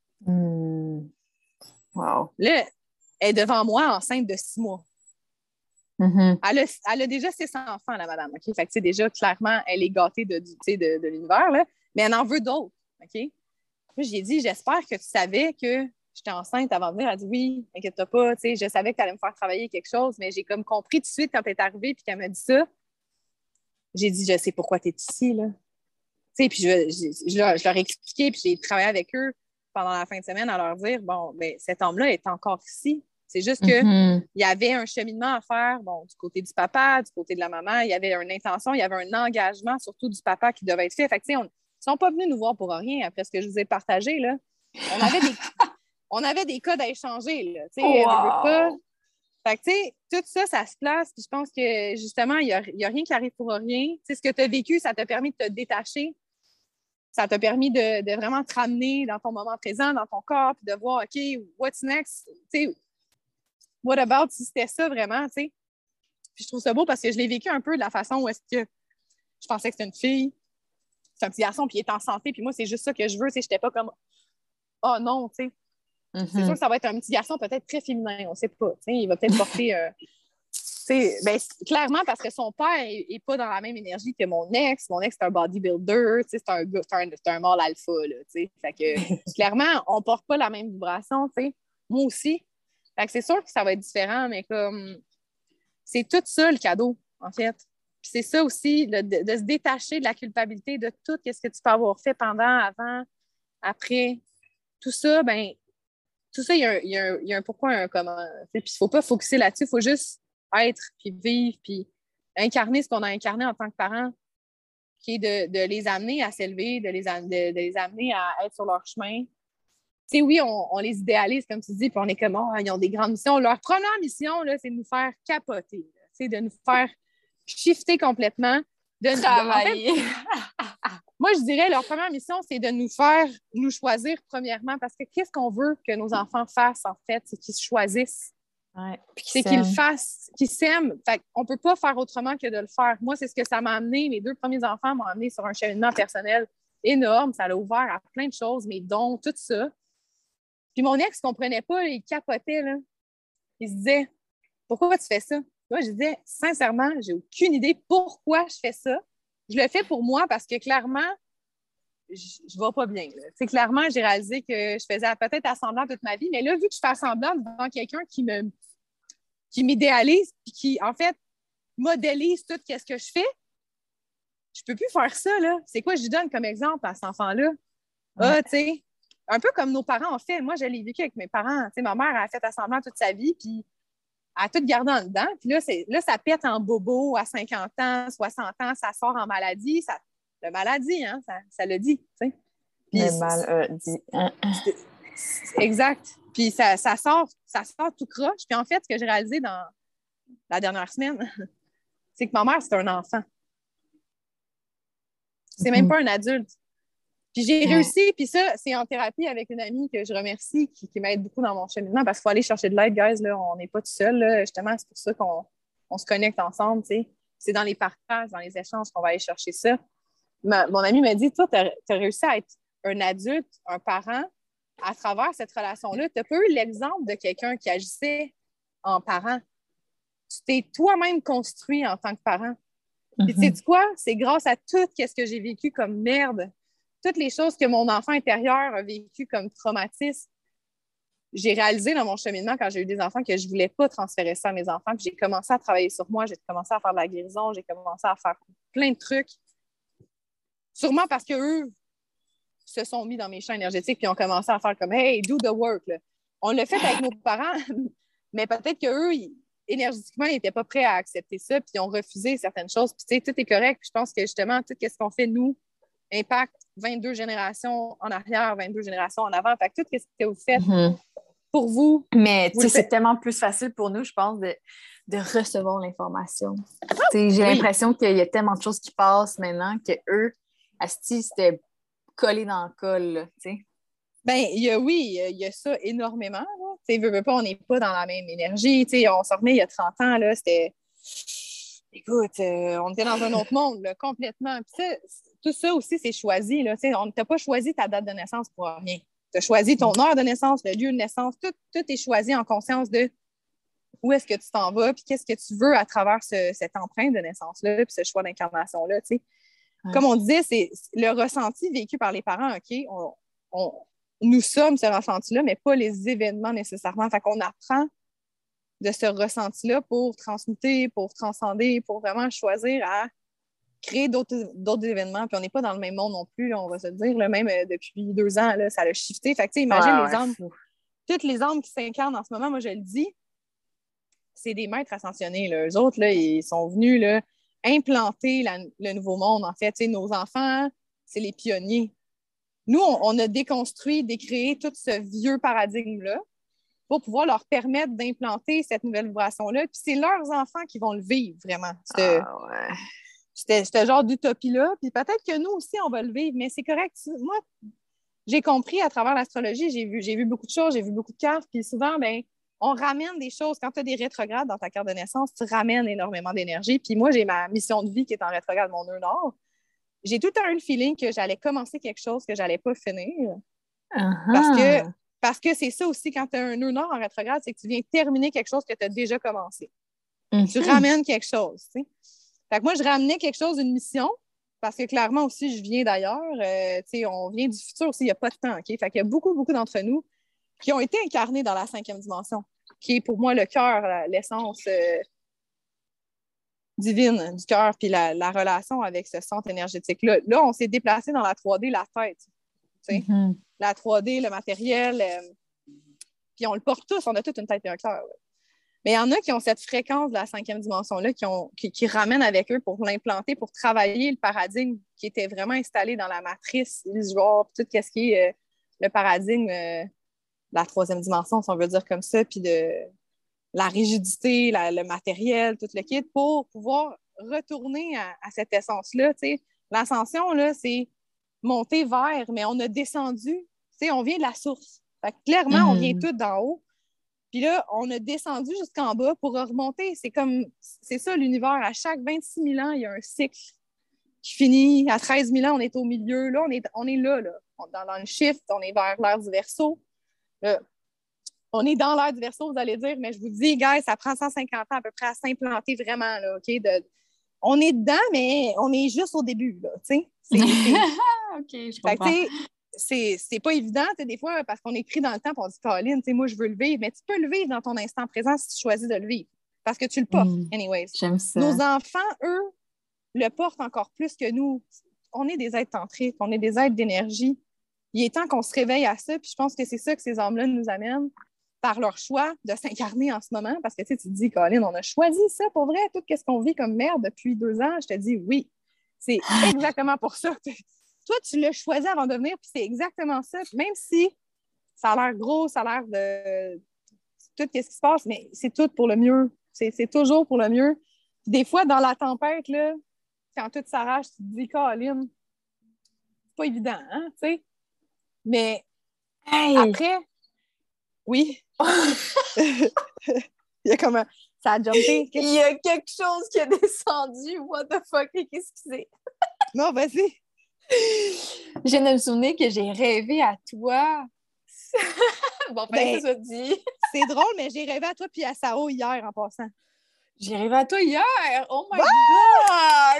Wow. Là, elle est devant moi enceinte de 6 mois. Mm-hmm. Elle a déjà 6 enfants, la madame. OK? Fait que, déjà, clairement, elle est gâtée de l'univers, là, mais elle en veut d'autres. OK? Moi, j'ai dit, j'espère que tu savais que j'étais enceinte avant de venir. Elle a dit, oui, inquiète-toi pas. Je savais que tu allais me faire travailler quelque chose, mais j'ai comme compris tout de suite quand elle est arrivée et qu'elle m'a dit ça. J'ai dit, je sais pourquoi tu es ici, là. Puis je leur ai expliqué, puis j'ai travaillé avec eux pendant la fin de semaine à leur dire, bon, ben, cet homme-là est encore ici. C'est juste qu'il y avait un cheminement à faire, bon, du côté du papa, du côté de la maman. Il y avait une intention, il y avait un engagement, surtout du papa, qui devait être fait. Fait que, ils ne sont pas venus nous voir pour rien, après ce que je vous ai partagé, là. On avait des codes à échanger, là. Pas. Fait que, tout ça, ça se place. Puis je pense que, justement, il y a rien qui arrive pour rien. Ce que tu as vécu, ça t'a permis de te détacher. Ça t'a permis de vraiment te ramener dans ton moment présent, dans ton corps, puis de voir, OK, what's next? What about si c'était ça vraiment, tu sais? Puis je trouve ça beau parce que je l'ai vécu un peu de la façon où est-ce que je pensais que c'était une fille, c'est un petit garçon, puis il est en santé, puis moi, c'est juste ça que je veux, tu sais, j'étais pas comme, oh non, tu sais. C'est sûr que ça va être un petit garçon peut-être très féminin, on sait pas, tu sais, il va peut-être porter, ben, clairement parce que son père est pas dans la même énergie que mon ex. Mon ex, c'est un bodybuilder, tu sais, c'est un mâle alpha, là, tu sais. Fait que, clairement, on porte pas la même vibration, tu sais. Moi aussi. Fait que c'est sûr que ça va être différent, mais comme c'est tout ça le cadeau, en fait. Puis c'est ça aussi, de se détacher de la culpabilité de tout ce que tu peux avoir fait pendant, avant, après. Tout ça, ben, tout ça, il y a un pourquoi, un comment. Puis il ne faut pas focusser là-dessus, il faut juste être, puis vivre, puis incarner ce qu'on a incarné en tant que parents, qui est de les amener à s'élever, de les amener à être sur leur chemin. Tu sais, oui, on les idéalise, comme tu dis, puis on est comme, oh, ils ont des grandes missions. Leur première mission, là, c'est de nous faire capoter, de nous faire shifter complètement. Travailler. En fait, moi, je dirais, leur première mission, c'est de nous faire nous choisir premièrement, parce que qu'est-ce qu'on veut que nos enfants fassent, en fait? C'est qu'ils se choisissent. Ouais, c'est qu'ils le fassent, qu'ils s'aiment. Fait qu'on ne peut pas faire autrement que de le faire. Moi, c'est ce que ça m'a amené. Mes 2 premiers enfants m'ont amené sur un cheminement personnel énorme. Ça l'a ouvert à plein de choses, mes dons, tout ça. Puis mon ex ne comprenait pas, il capotait, là. Il se disait, pourquoi tu fais ça? Moi, je disais, sincèrement, j'ai aucune idée pourquoi je fais ça. Je le fais pour moi parce que clairement, je ne vais pas bien. Clairement, j'ai réalisé que je faisais peut-être assemblant toute ma vie, mais là, vu que je fais assemblant devant quelqu'un qui m'idéalise et qui, en fait, modélise tout ce que je fais, je ne peux plus faire ça, là. C'est quoi je lui donne comme exemple à cet enfant-là? Ah, tu sais, un peu comme nos parents ont fait. Moi, je l'ai vécu avec mes parents. Tu sais, ma mère a fait assemblant toute sa vie, puis elle a tout gardé en dedans. Puis là, ça pète en bobo à 50 ans, 60 ans, ça sort en maladie. La maladie, hein, ça le dit. Tu sais. Le maladie. Exact. Puis ça sort tout croche. Puis en fait, ce que j'ai réalisé dans la dernière semaine, c'est que ma mère, c'est un enfant. C'est même pas un adulte. Puis j'ai réussi, puis ça, c'est en thérapie avec une amie que je remercie, qui m'aide beaucoup dans mon cheminement, parce qu'il faut aller chercher de l'aide, guys, là, on n'est pas tout seul, là. Justement, c'est pour ça qu'on se connecte ensemble, tu sais. C'est dans les partages, dans les échanges qu'on va aller chercher ça. Mon amie m'a dit, toi, tu as réussi à être un adulte, un parent, à travers cette relation-là. Tu n'as pas eu l'exemple de quelqu'un qui agissait en parent. Tu t'es toi-même construit en tant que parent. Puis tu sais quoi? C'est grâce à tout ce que j'ai vécu comme merde, toutes les choses que mon enfant intérieur a vécu comme traumatisme. J'ai réalisé dans mon cheminement, quand j'ai eu des enfants, que je ne voulais pas transférer ça à mes enfants. Puis j'ai commencé à travailler sur moi, j'ai commencé à faire de la guérison, j'ai commencé à faire plein de trucs. Sûrement parce qu'eux se sont mis dans mes champs énergétiques puis ont commencé à faire comme « Hey, do the work! » On l'a fait avec nos parents, mais peut-être qu'eux, énergétiquement, ils n'étaient pas prêts à accepter ça puis ils ont refusé certaines choses. Puis tu sais, tout est correct. Puis je pense que justement, tout ce qu'on fait, nous, impacte 22 générations en arrière, 22 générations en avant. Fait que tout ce que vous faites pour vous... Mais tu sais, c'est tellement plus facile pour nous, je pense, de recevoir l'information. J'ai l'impression qu'il y a tellement de choses qui passent maintenant que eux, asti, c'était collé dans le col, tu sais. Ben, il y a ça énormément. Tu sais, veux pas, on n'est pas dans la même énergie. Tu sais, on s'en remet il y a 30 ans, là, c'était... Écoute, on était dans un autre monde, là, complètement. Puis ça, tout ça aussi, c'est choisi, là. Tu sais, on t'a pas choisi ta date de naissance pour rien. Tu as choisi ton heure de naissance, le lieu de naissance. Tout est choisi en conscience de où est-ce que tu t'en vas, puis qu'est-ce que tu veux à travers cette empreinte de naissance-là, puis ce choix d'incarnation-là, tu sais. Comme on disait, c'est le ressenti vécu par les parents, OK? Nous sommes ce ressenti-là, mais pas les événements nécessairement. Fait qu'on apprend de ce ressenti-là pour transmuter, pour transcender, pour vraiment choisir à créer d'autres événements. Puis on n'est pas dans le même monde non plus, là, on va se dire. Là, même depuis 2 ans, là, ça a shifté. Fait que, imagine les âmes, toutes les âmes qui s'incarnent en ce moment, moi je le dis, c'est des maîtres ascensionnés. Là. Eux autres, là, ils sont venus là, implanter le nouveau monde. En fait, nos enfants, c'est les pionniers. Nous, on a déconstruit, décréé tout ce vieux paradigme-là pour pouvoir leur permettre d'implanter cette nouvelle vibration-là. Puis c'est leurs enfants qui vont le vivre, vraiment. Ce genre d'utopie-là. Puis peut-être que nous aussi, on va le vivre, mais c'est correct. Moi, j'ai compris à travers l'astrologie, j'ai vu beaucoup de choses, j'ai vu beaucoup de cartes, puis souvent, ben, on ramène des choses. Quand tu as des rétrogrades dans ta carte de naissance, tu ramènes énormément d'énergie. Puis moi, j'ai ma mission de vie qui est en rétrograde, mon nœud nord. J'ai tout le feeling que j'allais commencer quelque chose que j'allais pas finir. Parce que c'est ça aussi, quand tu as un nœud nord en rétrograde, c'est que tu viens terminer quelque chose que tu as déjà commencé. Tu ramènes quelque chose, tu sais. Fait que moi, je ramenais quelque chose, une mission, parce que clairement aussi, je viens d'ailleurs. On vient du futur aussi, il n'y a pas de temps, OK? Fait qu'il y a beaucoup, beaucoup d'entre nous qui ont été incarnés dans la 5e dimension, qui est pour moi le cœur, l'essence divine du cœur, puis la relation avec ce centre énergétique-là. Là, on s'est déplacé dans la 3D, la tête. La 3D, le matériel, puis on le porte tous, on a toute une tête et un cœur. Mais il y en a qui ont cette fréquence de la 5e dimension-là, qui ramènent avec eux pour l'implanter, pour travailler le paradigme qui était vraiment installé dans la matrice visuelle, tout ce qui est le paradigme de la 3e dimension, si on veut dire comme ça, puis de la rigidité, le matériel, tout le kit, pour pouvoir retourner à cette essence-là. T'sais. L'ascension, là, c'est monter vers, mais on a descendu. T'sais, on vient de la source. Fait que, clairement, on vient tout d'en haut. Puis là, on a descendu jusqu'en bas pour remonter. C'est ça l'univers. À chaque 26 000 ans, il y a un cycle qui finit. À 13 000 ans, on est au milieu. Là, on est là. Dans le shift, on est vers l'ère du Verseau. On est dans l'ère du Verseau, vous allez dire, mais je vous dis, guys, ça prend 150 ans à peu près à s'implanter vraiment. Là, OK? On est dedans, mais on est juste au début. Là, OK, je comprends. C'est pas évident, des fois, parce qu'on est pris dans le temps et on dit, Caroline, moi, je veux le vivre, mais tu peux le vivre dans ton instant présent si tu choisis de le vivre, parce que tu le portes, anyways. J'aime ça. Nos enfants, eux, le portent encore plus que nous. On est des êtres tantriques, on est des êtres d'énergie. Il est temps qu'on se réveille à ça, puis je pense que c'est ça que ces hommes-là nous amènent par leur choix de s'incarner en ce moment, parce que tu te dis, Caroline, on a choisi ça pour vrai, tout ce qu'on vit comme merde depuis 2 ans. Je te dis oui, c'est exactement pour ça. Toi, tu l'as choisi avant de venir, puis c'est exactement ça. Même si ça a l'air gros, ça a l'air de tout ce qui se passe, mais c'est tout pour le mieux. C'est toujours pour le mieux. Puis des fois, dans la tempête, là, quand tout s'arrache, tu te dis, Caroline, c'est pas évident, hein, tu sais? Mais après, oui. Il y a comme ça a jumpé. Il y a quelque chose qui a descendu. What the fuck? Qu'est-ce que c'est? Non, vas-y. Je viens de me souvenir que j'ai rêvé à toi. Bon, ça soit dit. C'est drôle, mais j'ai rêvé à toi puis à Sao hier en passant. J'ai rêvé à toi hier! Oh my God!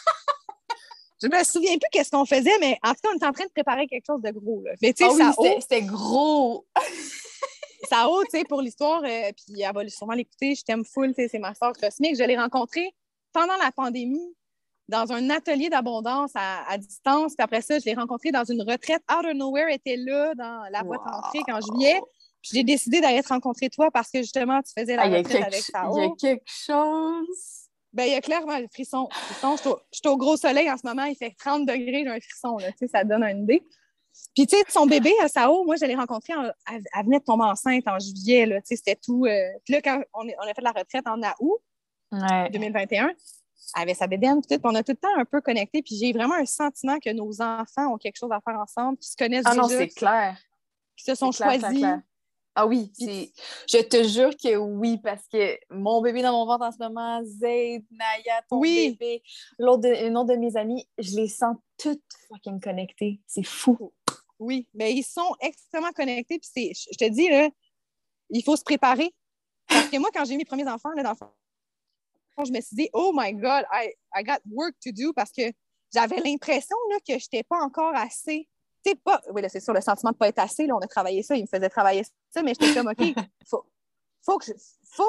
Je me souviens plus qu'est-ce qu'on faisait, mais en tout cas, on était en train de préparer quelque chose de gros. Là. Mais, c'était gros! Sao, tu sais, pour l'histoire, puis elle va sûrement l'écouter, je t'aime full, c'est ma soeur cosmique. Je l'ai rencontrée pendant la pandémie. dans un atelier d'abondance à distance. Puis après ça, je l'ai rencontré dans une retraite. Out of nowhere, était là dans la boîte d'entrée en juillet. Puis j'ai décidé d'aller te rencontrer toi parce que justement, tu faisais la retraite avec Sao. Il y a quelque chose. Ben, il y a clairement le frisson. Je suis au gros soleil en ce moment, il fait 30 degrés, j'ai un frisson, là, tu sais, ça donne une idée. Puis, tu sais, son bébé, Sao, moi, je l'ai rencontrée, elle venait de tomber enceinte en juillet, là, tu sais, c'était tout. Puis là, quand on a fait la retraite en août 2021, elle avait sa bédaine, puis on a tout le temps un peu connecté, puis j'ai vraiment un sentiment que nos enfants ont quelque chose à faire ensemble, qu'ils se connaissent déjà. Ah non, c'est clair. Qu'ils se sont choisis. Clair. Ah oui, je te jure que oui, parce que mon bébé dans mon ventre en ce moment, Zayd, Naya, ton bébé, une autre de mes amis, je les sens toutes fucking connectées. C'est fou. Oui, mais ils sont extrêmement connectés. Puis je te dis, là, il faut se préparer. Parce que moi, quand j'ai eu mes premiers enfants, là, dans le fond, je me suis dit, oh my God, I got work to do parce que j'avais l'impression là, que je n'étais pas encore assez. Oui, là, c'est sûr, le sentiment de ne pas être assez, là, on a travaillé ça, il me faisait travailler ça, mais j'étais comme, OK, faut que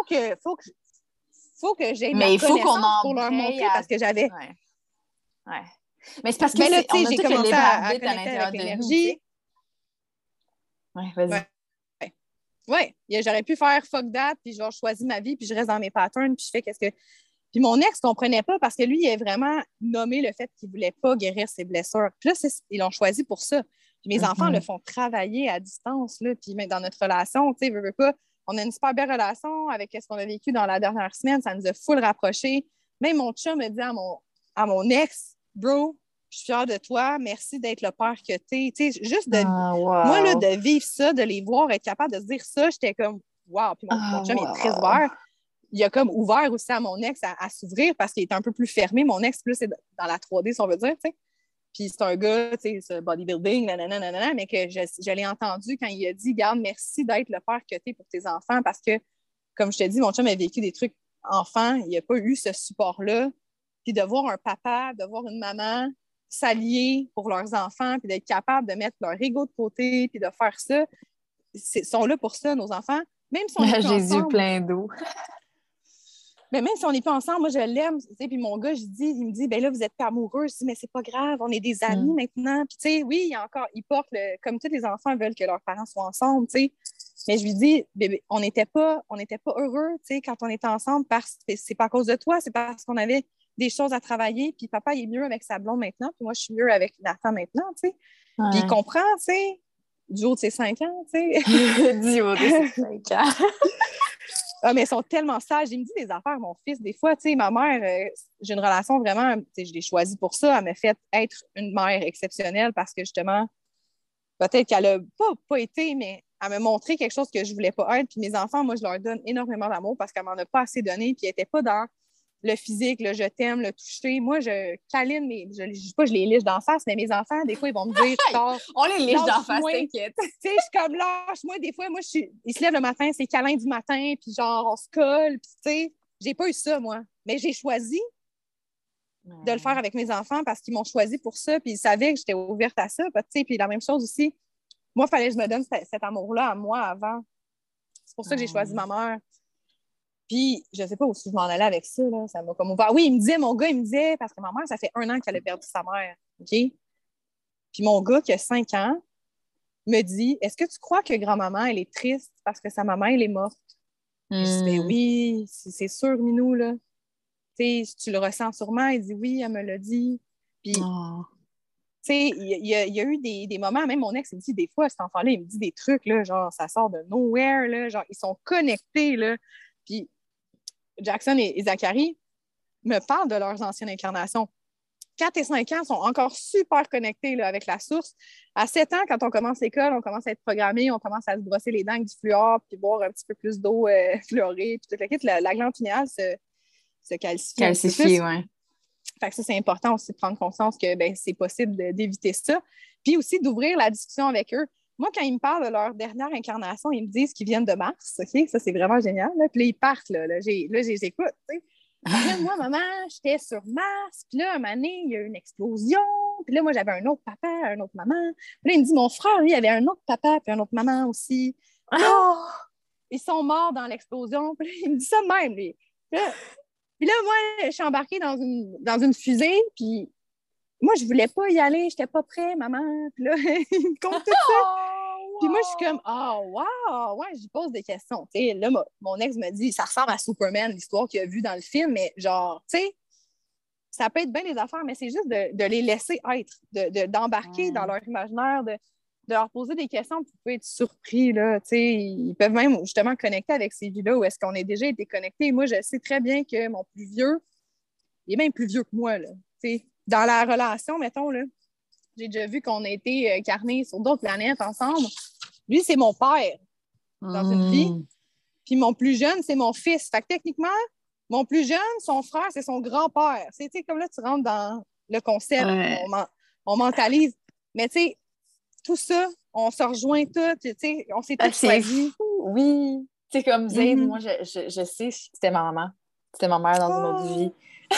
j'aie ma connaissance pour leur montrer parce que j'avais... Ouais. Mais c'est parce que là, on a tout le libre arbitre à l'intérieur de nous. Ouais, vas-y. Ouais, j'aurais pu faire fuck that, puis genre, je choisis ma vie, puis je reste dans mes patterns, puis je fais qu'est-ce que... Puis mon ex ne comprenait pas parce que lui, il a vraiment nommé le fait qu'il ne voulait pas guérir ses blessures. Puis là, ils l'ont choisi pour ça. Puis mes enfants le font travailler à distance. Là. Puis même dans notre relation, tu sais, veux pas, on a une super belle relation avec ce qu'on a vécu dans la dernière semaine. Ça nous a full rapprochés. Même mon chum me dit à mon ex, bro, je suis fière de toi. Merci d'être le père que tu es. Tu sais, juste de... Moi, là, de vivre ça, de les voir, être capable de se dire ça, j'étais comme, wow. Puis mon chum est très ouvert. Il a comme ouvert aussi à mon ex à s'ouvrir parce qu'il est un peu plus fermé. Mon ex, plus, c'est dans la 3D, si on veut dire, tu sais. Puis c'est un gars, tu sais, c'est bodybuilding, nanana, mais que je l'ai entendu quand il a dit, garde, merci d'être le père que tu es pour tes enfants parce que, comme je te dis, mon chum a vécu des trucs enfants, il n'a pas eu ce support-là. Puis de voir un papa, de voir une maman s'allier pour leurs enfants, puis d'être capable de mettre leur ego de côté, puis de faire ça, ils sont là pour ça, nos enfants. Même si on est Jésus plein d'eau. Mais même si on n'est pas ensemble, moi, je l'aime. Puis mon gars, il me dit, ben là, vous êtes pas amoureux. Je dis, mais c'est pas grave, on est des amis maintenant. Puis, tu sais, oui, il porte comme tous les enfants veulent que leurs parents soient ensemble, tu sais. Mais je lui dis, bébé, on n'était pas heureux, tu sais, quand on était ensemble parce que c'est pas à cause de toi, c'est parce qu'on avait des choses à travailler. Puis papa, il est mieux avec sa blonde maintenant. Puis moi, je suis mieux avec Nathan maintenant, tu sais. Ouais. Puis il comprend, tu sais, du haut de ses 5 ans, tu sais. Du haut de ses 5 ans. Ah, mais ils sont tellement sages. Il me dit des affaires, mon fils. Des fois, tu sais, ma mère, j'ai une relation vraiment, tu sais, je l'ai choisie pour ça. Elle m'a fait être une mère exceptionnelle parce que justement, peut-être qu'elle n'a pas été, mais elle m'a montré quelque chose que je ne voulais pas être. Puis mes enfants, moi, je leur donne énormément d'amour parce qu'elle m'en a pas assez donné. Puis elle n'était pas dans le physique, le je t'aime, le toucher. Moi, je câline, mais je ne dis pas, je les liche d'en face, mais mes enfants, des fois, ils vont me dire, on les liche d'en face, t'inquiète. Tu sais, je suis comme lâche-moi. Des fois, moi, ils se lèvent le matin, c'est câlin du matin, puis genre, on se colle, puis tu sais, j'ai pas eu ça, moi. Mais j'ai choisi de le faire avec mes enfants parce qu'ils m'ont choisi pour ça, puis ils savaient que j'étais ouverte à ça, tu sais, puis la même chose aussi. Moi, il fallait que je me donne cet amour-là à moi avant. C'est pour ça que j'ai choisi ma mère. Puis, je sais pas où je m'en allais avec ça, là. Ça m'a comme ouvert. Oui, mon gars, il me disait, parce que ma mère, ça fait 1 an qu'elle a perdu sa mère. OK? Puis mon gars, qui a 5 ans, me dit, est-ce que tu crois que grand-maman, elle est triste parce que sa maman, elle est morte? Je dis, ben oui, c'est sûr, Minou, là. Tu sais, tu le ressens sûrement. Il dit, oui, elle me l'a dit. Puis, tu sais, il y a eu des moments, même mon ex, il me dit, des fois, cet enfant-là, il me dit des trucs, là, genre, ça sort de nowhere, là, genre, ils sont connectés, là. Puis, Jackson et Zachary me parlent de leurs anciennes incarnations. 4 et 5 ans sont encore super connectés là, avec la source. À 7 ans, quand on commence l'école, on commence à être programmé, on commence à se brosser les dents avec du fluor, puis boire un petit peu plus d'eau fluorée, puis tout le kit, la glande pinéale se calcifie. Calcifie, oui. Fait que ça, c'est important aussi de prendre conscience que ben, c'est possible d'éviter ça. Puis aussi d'ouvrir la discussion avec eux. Moi, quand ils me parlent de leur dernière incarnation, ils me disent qu'ils viennent de Mars. OK? Ça, c'est vraiment génial. Là. Puis là, ils partent. Là, j'écoute. Là, moi, maman, j'étais sur Mars. Puis là, un moment donné, il y a eu une explosion. Puis là, moi, j'avais un autre papa, un autre maman. Puis là, il me dit, mon frère, lui, il avait un autre papa puis un autre maman aussi. Oh! Ils sont morts dans l'explosion. Puis là, il me dit ça de même, lui. Puis là, Puis là, moi, je suis embarquée dans une fusée, puis moi, je voulais pas y aller, j'étais pas prête, maman. Puis là, il me compte tout ça. Oh, Puis moi, je suis comme, wow, ouais, j'y pose des questions. Tu sais, là, mon ex me dit, ça ressemble à Superman, l'histoire qu'il a vue dans le film, mais genre, tu sais, ça peut être bien des affaires, mais c'est juste de les laisser être, d'embarquer dans leur imaginaire, de leur poser des questions, puis vous pouvez être surpris, là, tu sais, ils peuvent même justement connecter avec ces vies-là où est-ce qu'on a déjà été connectés. Moi, je sais très bien que mon plus vieux, il est même plus vieux que moi, là, tu sais. Dans la relation, mettons, là, j'ai déjà vu qu'on a été carnés sur d'autres planètes ensemble. Lui, c'est mon père dans une vie. Puis mon plus jeune, c'est mon fils. Fait que techniquement, mon plus jeune, son frère, c'est son grand-père. C'est comme là, tu rentres dans le concept, ouais. on mentalise. Mais tu sais, tout ça, on se rejoint tous, tu sais, on s'est tous choisis. Oui. Tu sais, comme Zayd, moi, je sais, c'était ma maman. C'était ma mère dans une autre vie.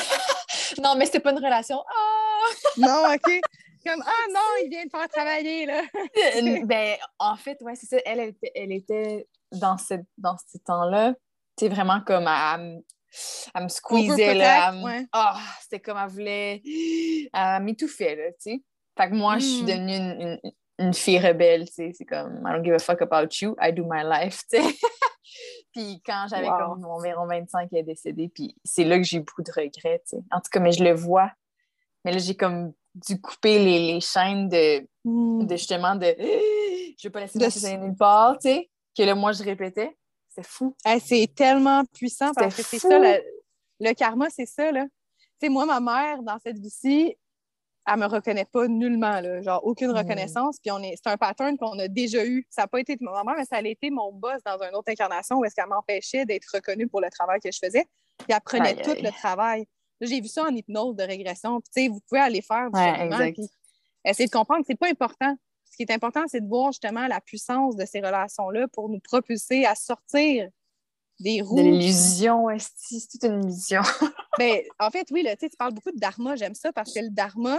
Non, mais c'était pas une relation. Non, OK. Comme, non, il vient de faire travailler, là. Ben, en fait, ouais, c'est ça. Elle était dans ce temps-là, tu sais, vraiment comme elle me squeezait, là. Ouais. C'était comme elle voulait. Elle m'étouffait, là, tu sais. Fait que moi, je suis devenue une fille rebelle, tu sais. C'est comme, I don't give a fuck about you, I do my life, tu sais. Puis quand j'avais comme environ 25, elle est décédée, puis c'est là que j'ai eu beaucoup de regrets, tu sais. En tout cas, mais je le vois. Mais là, j'ai comme dû couper les chaînes de justement de je veux pas laisser mon fils aller nulle part, tu sais, que là, moi, je répétais. C'est fou. C'est tellement puissant parce que c'est ça, le karma, c'est ça, là. Tu sais, moi, ma mère, dans cette vie-ci, elle me reconnaît pas nullement, là, genre aucune reconnaissance. Puis c'est un pattern qu'on a déjà eu. Ça n'a pas été de ma mère, mais ça a été mon boss dans une autre incarnation où est-ce qu'elle m'empêchait d'être reconnue pour le travail que je faisais. Puis elle prenait tout le travail. Là, j'ai vu ça en hypnose de régression. Puis, tu sais, vous pouvez aller faire du cheminement puis essayer de comprendre que c'est pas important. Ce qui est important, c'est de voir justement la puissance de ces relations-là pour nous propulser à sortir des roues. De l'illusion, c'est toute une illusion. Ben, en fait, oui, là, tu parles beaucoup de dharma. J'aime ça parce que le dharma,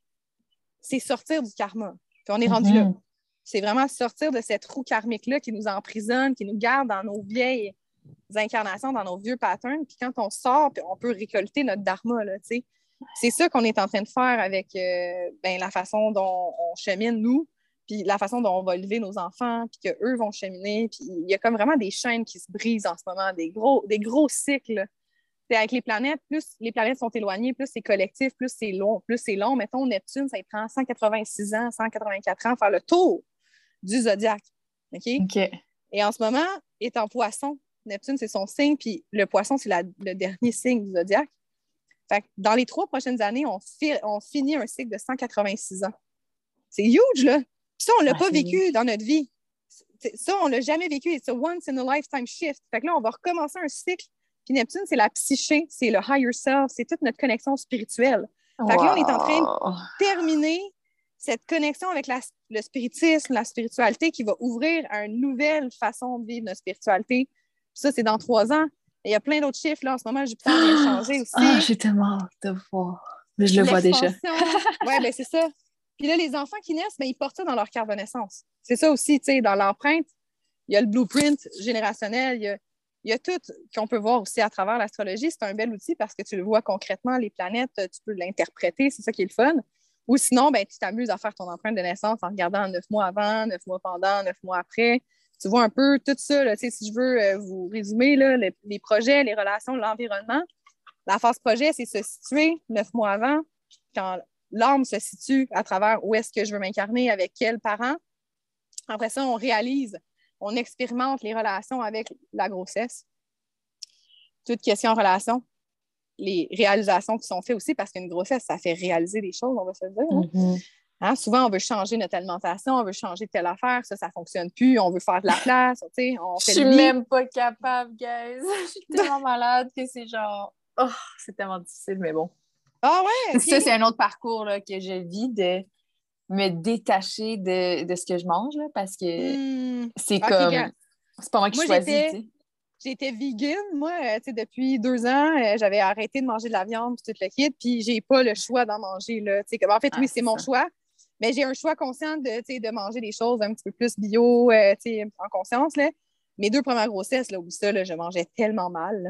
c'est sortir du karma. Puis on est rendu là. C'est vraiment sortir de cette roue karmique-là qui nous emprisonne, qui nous garde dans nos vieilles incarnations, dans nos vieux patterns. Puis quand on sort, on peut récolter notre dharma, là, tu sais. C'est ça qu'on est en train de faire avec la façon dont on chemine, nous, puis la façon dont on va élever nos enfants, puis qu'eux vont cheminer. Puis il y a comme vraiment des chaînes qui se brisent en ce moment, des gros cycles. C'est avec les planètes, plus les planètes sont éloignées, plus c'est collectif, plus c'est long. Mettons, Neptune, ça prend 186 ans, 184 ans à faire le tour du zodiaque. OK? Et en ce moment, est en poisson. Neptune, c'est son signe, puis le poisson, c'est le dernier signe du zodiaque. Fait que dans les 3 prochaines années, on finit un cycle de 186 ans. C'est huge, là! Puis ça, on ne l'a pas vécu dans notre vie. Ça, on ne l'a jamais vécu. It's a once in a lifetime shift. Fait que là, on va recommencer un cycle. Puis Neptune, c'est la psyché, c'est le higher self, c'est toute notre connexion spirituelle. Fait que là, on est en train de terminer cette connexion avec le spiritisme, la spiritualité qui va ouvrir à une nouvelle façon de vivre notre spiritualité. Puis ça, c'est dans 3 ans. Et il y a plein d'autres chiffres. Là, en ce moment, Jupiter vient de changer aussi. J'ai tellement hâte de voir. Mais je le vois déjà. Oui, ben c'est ça. Puis là, les enfants qui naissent, ils portent ça dans leur carte de naissance. C'est ça aussi, tu sais, dans l'empreinte, il y a le blueprint générationnel, il y a tout qu'on peut voir aussi à travers l'astrologie. C'est un bel outil parce que tu le vois concrètement, les planètes, tu peux l'interpréter, c'est ça qui est le fun. Ou sinon, tu t'amuses à faire ton empreinte de naissance en regardant 9 mois avant, 9 mois pendant, 9 mois après. Tu vois un peu tout ça. Là, si je veux vous résumer, là, les projets, les relations, l'environnement. La phase projet, c'est se situer 9 mois avant, quand l'âme se situe à travers où est-ce que je veux m'incarner, avec quels parents. Après ça, on réalise, on expérimente les relations avec la grossesse. Toute question en relation. Les réalisations qui sont faites aussi, parce qu'une grossesse, ça fait réaliser des choses, on va se le dire. Hein? Souvent, on veut changer notre alimentation, on veut changer telle affaire, ça ne fonctionne plus, on veut faire de la place, on fait je suis même pas capable, guys. Je suis tellement malade que c'est genre... Oh, c'est tellement difficile, mais bon. Ah ouais? Okay. Ça, c'est un autre parcours là, que je vis de me détacher de ce que je mange, là, parce que c'est comme... Regarde. C'est pas moi qui choisis, J'étais vegan, moi, depuis 2 ans. J'avais arrêté de manger de la viande et tout le kit, puis j'ai pas le choix d'en manger, là. En fait, oui, c'est mon choix, mais j'ai un choix conscient de manger des choses un petit peu plus bio, en conscience, là. Mes 2 premières grossesses, là, où ça, là, je mangeais tellement mal, là.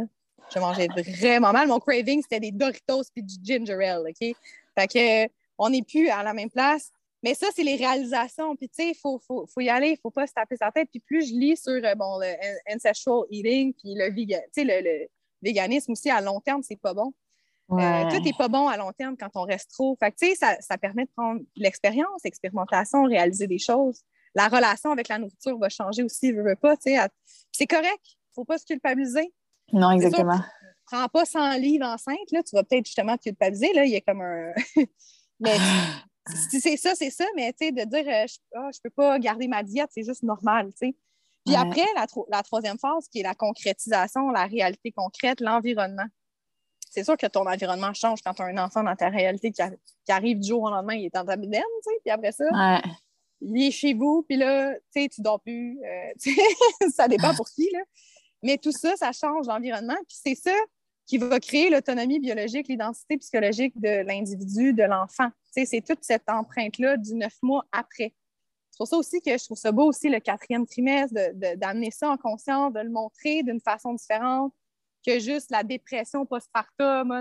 Je mangeais vraiment mal. Mon craving, c'était des Doritos puis du ginger ale, OK? Fait que on n'est plus à la même place. Mais ça, c'est les réalisations. Puis, tu sais, faut y aller. Il ne faut pas se taper sa tête. Puis plus je lis sur le ancestral eating puis le véganisme aussi, à long terme, c'est pas bon. Ouais. Tout n'est pas bon à long terme quand on reste trop. Fait que, tu sais, ça permet de prendre l'expérience, l'expérimentation, réaliser des choses. La relation avec la nourriture va changer aussi, veux pas, tu sais. C'est correct. Il ne faut pas se culpabiliser. Non, exactement. Sûr, prends pas 100 livres enceinte, là, tu vas peut-être justement te culpabiliser. Là, il y a comme un. Mais c'est ça, mais tu sais, de dire je peux pas garder ma diète, c'est juste normal, tu sais. Puis après, la troisième phase, qui est la concrétisation, la réalité concrète, l'environnement. C'est sûr que ton environnement change quand tu as un enfant dans ta réalité qui arrive du jour au lendemain, il est dans ta bédaine, tu sais, puis après ça, il est chez vous, puis là, tu sais, tu dors plus, ça dépend pour qui, là. Mais tout ça, ça change l'environnement, puis c'est ça qui va créer l'autonomie biologique, l'identité psychologique de l'individu, de l'enfant. Tu sais, c'est toute cette empreinte-là du 9 mois après. C'est pour ça aussi que je trouve ça beau aussi, le 4e trimestre, d'amener ça en conscience, de le montrer d'une façon différente que juste la dépression postpartum,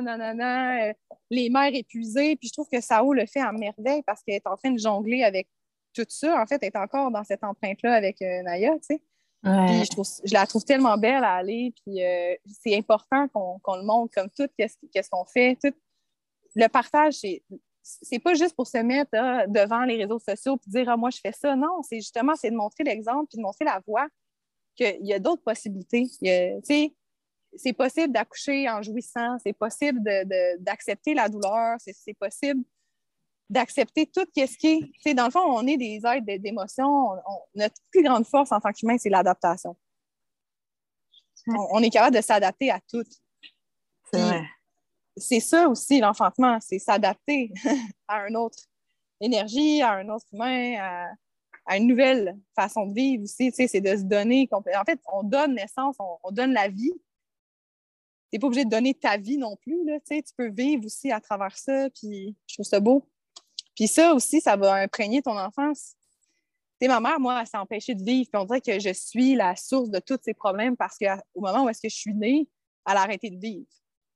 les mères épuisées. Puis je trouve que Sao le fait à merveille parce qu'elle est en train de jongler avec tout ça. En fait, elle est encore dans cette empreinte-là avec Naya, tu sais. Ouais. Puis je la trouve tellement belle à aller. Puis c'est important qu'on le montre comme tout, qu'est-ce qu'on fait. Tout. Le partage, c'est pas juste pour se mettre devant les réseaux sociaux et dire moi, je fais ça. Non, c'est justement de montrer l'exemple puis de montrer la voie qu'il y a d'autres possibilités. Tu sais, c'est possible d'accoucher en jouissant, c'est possible d'accepter la douleur, c'est possible d'accepter tout ce qui est. Tu sais, dans le fond, on est des êtres d'émotion. Notre plus grande force en tant qu'humain, c'est l'adaptation. On est capable de s'adapter à tout. C'est vrai. C'est ça aussi, l'enfantement, c'est s'adapter à une autre énergie, à un autre humain, à une nouvelle façon de vivre aussi. Tu sais, c'est de se donner. En fait, on donne naissance, on donne la vie. Tu n'es pas obligé de donner ta vie non plus. Là, tu peux vivre aussi à travers ça. Puis je trouve ça beau. Puis ça aussi, ça va imprégner ton enfance. Tu sais, ma mère, moi, elle s'est empêchée de vivre. Puis on dirait que je suis la source de tous ces problèmes parce qu'au moment où est-ce que je suis née, elle a arrêté de vivre.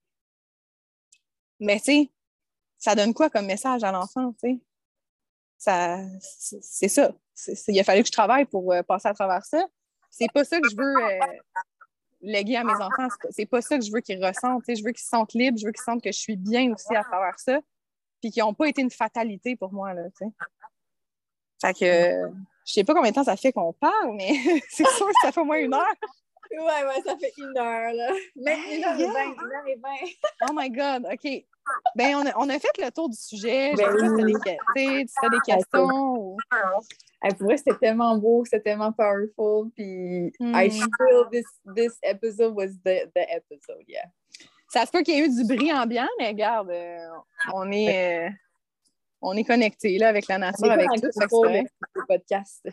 Mais tu sais, ça donne quoi comme message à l'enfant, tu sais? C'est ça. Il a fallu que je travaille pour passer à travers ça. C'est pas ça que je veux léguer à mes enfants. C'est pas ça que je veux qu'ils ressentent. Tu sais, je veux qu'ils se sentent libres, je veux qu'ils sentent que je suis bien aussi à travers ça, puis qu'ils n'ont pas été une fatalité pour moi, là, tu sais. Fait que je sais pas combien de temps ça fait qu'on parle, mais c'est sûr que ça fait au moins 1 heure. Ouais, ça fait 1 heure, là. Mais 1h20, 1h20. Oh my God, OK. Ben, on a fait le tour du sujet. Ben, je sais pas si tu as des questions. Ou... Pour vrai, c'était tellement beau, c'était tellement powerful. Puis, I feel this episode was the episode, yeah. Ça se peut qu'il y ait eu du bruit ambiant, mais regarde, on est connectés là, avec la nature, avec tout. Le podcast.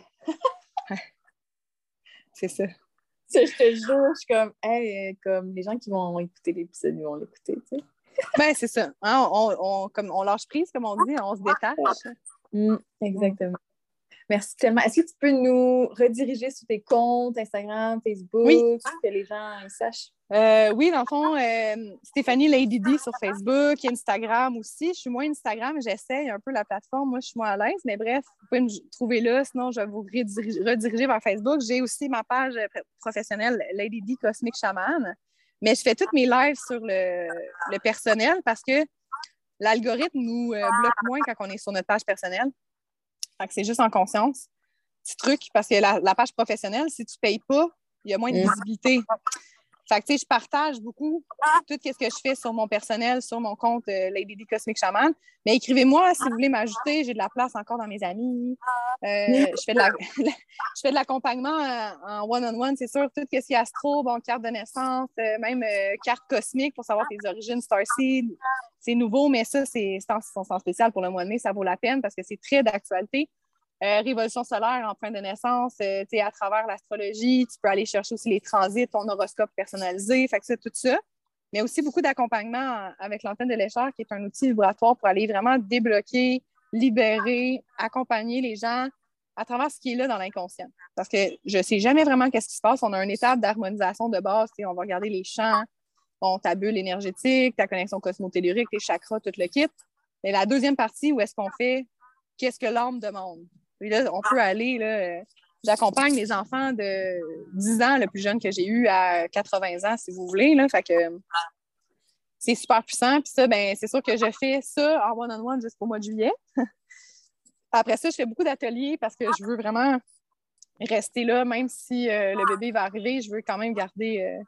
C'est ça. Je te jure, je suis comme, hey, comme les gens qui vont écouter l'épisode, ils vont l'écouter, tu sais. Ben, c'est ça. Hein? On lâche prise, comme on dit, on se détache. Exactement. Merci tellement. Est-ce que tu peux nous rediriger sur tes comptes, Instagram, Facebook, pour que les gens sachent? Oui, dans le fond, Stéphanie Lady D sur Facebook, Instagram aussi. Je suis moins Instagram, j'essaye un peu la plateforme. Moi, je suis moins à l'aise, mais bref, vous pouvez me trouver là. Sinon, je vais vous rediriger vers Facebook. J'ai aussi ma page professionnelle Lady D Cosmic Shaman. Mais je fais toutes mes lives sur le personnel parce que l'algorithme nous bloque moins quand on est sur notre page personnelle. Fait que c'est juste en conscience. Petit truc, parce que la page professionnelle, si tu ne payes pas, il y a moins de visibilité. Fait que, tu sais, je partage beaucoup tout ce que je fais sur mon personnel, sur mon compte Lady D Cosmic Shaman. Mais écrivez-moi si vous voulez m'ajouter. J'ai de la place encore dans mes amis. Je fais de l'accompagnement en one-on-one, c'est sûr. Tout ce qui est astro, carte de naissance, même carte cosmique pour savoir tes origines, Starseed. C'est nouveau, mais ça, c'est en spécial pour le mois de mai. Ça vaut la peine parce que c'est très d'actualité. Révolution solaire, empreinte de naissance, à travers l'astrologie, tu peux aller chercher aussi les transits, ton horoscope personnalisé, fait que ça, tout ça. Mais aussi beaucoup d'accompagnement avec l'antenne de l'échelle, qui est un outil vibratoire pour aller vraiment débloquer, libérer, accompagner les gens à travers ce qui est là dans l'inconscient. Parce que je ne sais jamais vraiment qu'est-ce qui se passe. On a une étape d'harmonisation de base, on va regarder les champs, ta bulle énergétique, ta connexion cosmotellurique, tes chakras, tout le kit. Mais la deuxième partie, où est-ce qu'on fait qu'est-ce que l'âme demande? Et là, on peut aller, là, j'accompagne les enfants de 10 ans, le plus jeune que j'ai eu, à 80 ans, si vous voulez, là. Fait que c'est super puissant. Puis ça, ben, c'est sûr que je fais ça en one-on-one jusqu'au mois de juillet. Après ça, je fais beaucoup d'ateliers parce que je veux vraiment rester là, même si le bébé va arriver, je veux quand même garder...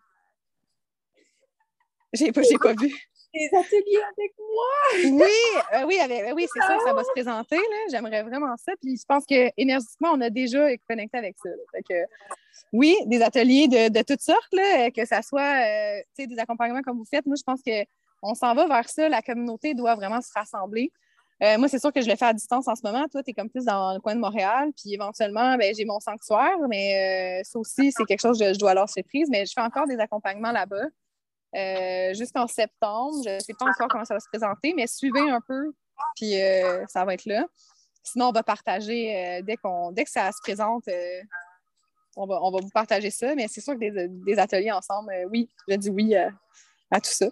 J'ai pas vu. Des ateliers avec moi! Oui, c'est sûr que ça va se présenter. Là. J'aimerais vraiment ça. Puis je pense que énergétiquement, on a déjà connecté avec ça. Fait que, oui, des ateliers de toutes sortes, là, que ça soit des accompagnements comme vous faites. Moi, je pense qu'on s'en va vers ça. La communauté doit vraiment se rassembler. Moi, c'est sûr que je le fais à distance en ce moment. Toi, tu es comme plus dans le coin de Montréal. Puis éventuellement, ben, j'ai mon sanctuaire, mais ça aussi, c'est quelque chose que je dois lâcher prise. Mais je fais encore des accompagnements là-bas. Jusqu'en septembre. Je ne sais pas encore comment ça va se présenter, mais suivez un peu, puis ça va être là. Sinon, on va partager dès que ça se présente, on va vous partager ça, mais c'est sûr que des ateliers ensemble, oui, je dis oui à tout ça.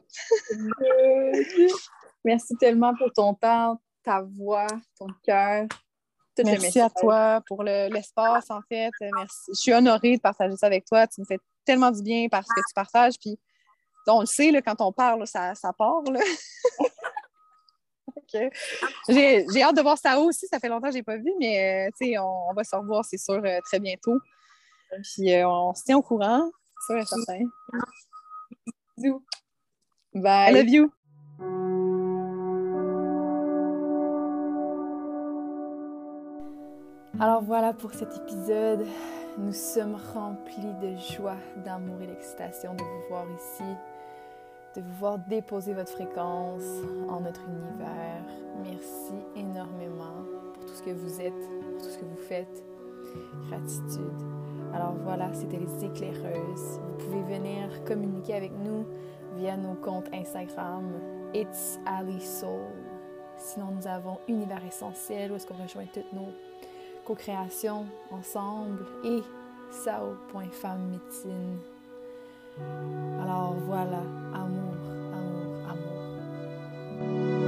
Merci tellement pour ton temps, ta voix, ton cœur. Merci à toi pour l'espace, en fait. Merci. Je suis honorée de partager ça avec toi. Tu me fais tellement du bien parce que tu partages, puis on le sait, là, quand on parle, ça part. Là. Okay. J'ai hâte de voir Sao aussi. Ça fait longtemps que je n'ai pas vu, mais on va se revoir, c'est sûr, très bientôt. Puis on se tient au courant, c'est sûr et certain. Bisous. Bye. I love you. Alors voilà pour cet épisode. Nous sommes remplis de joie, d'amour et d'excitation de vous voir ici, de vous voir déposer votre fréquence en notre univers. Merci énormément pour tout ce que vous êtes, pour tout ce que vous faites. Gratitude. Alors voilà, c'était les éclaireuses. Vous pouvez venir communiquer avec nous via nos comptes Instagram It's Ali Soul. Sinon, nous avons Univers Essentiel où est-ce qu'on rejoint toutes nos co-créations ensemble et sao.femmemédecine. Alors voilà, amour, amour, amour.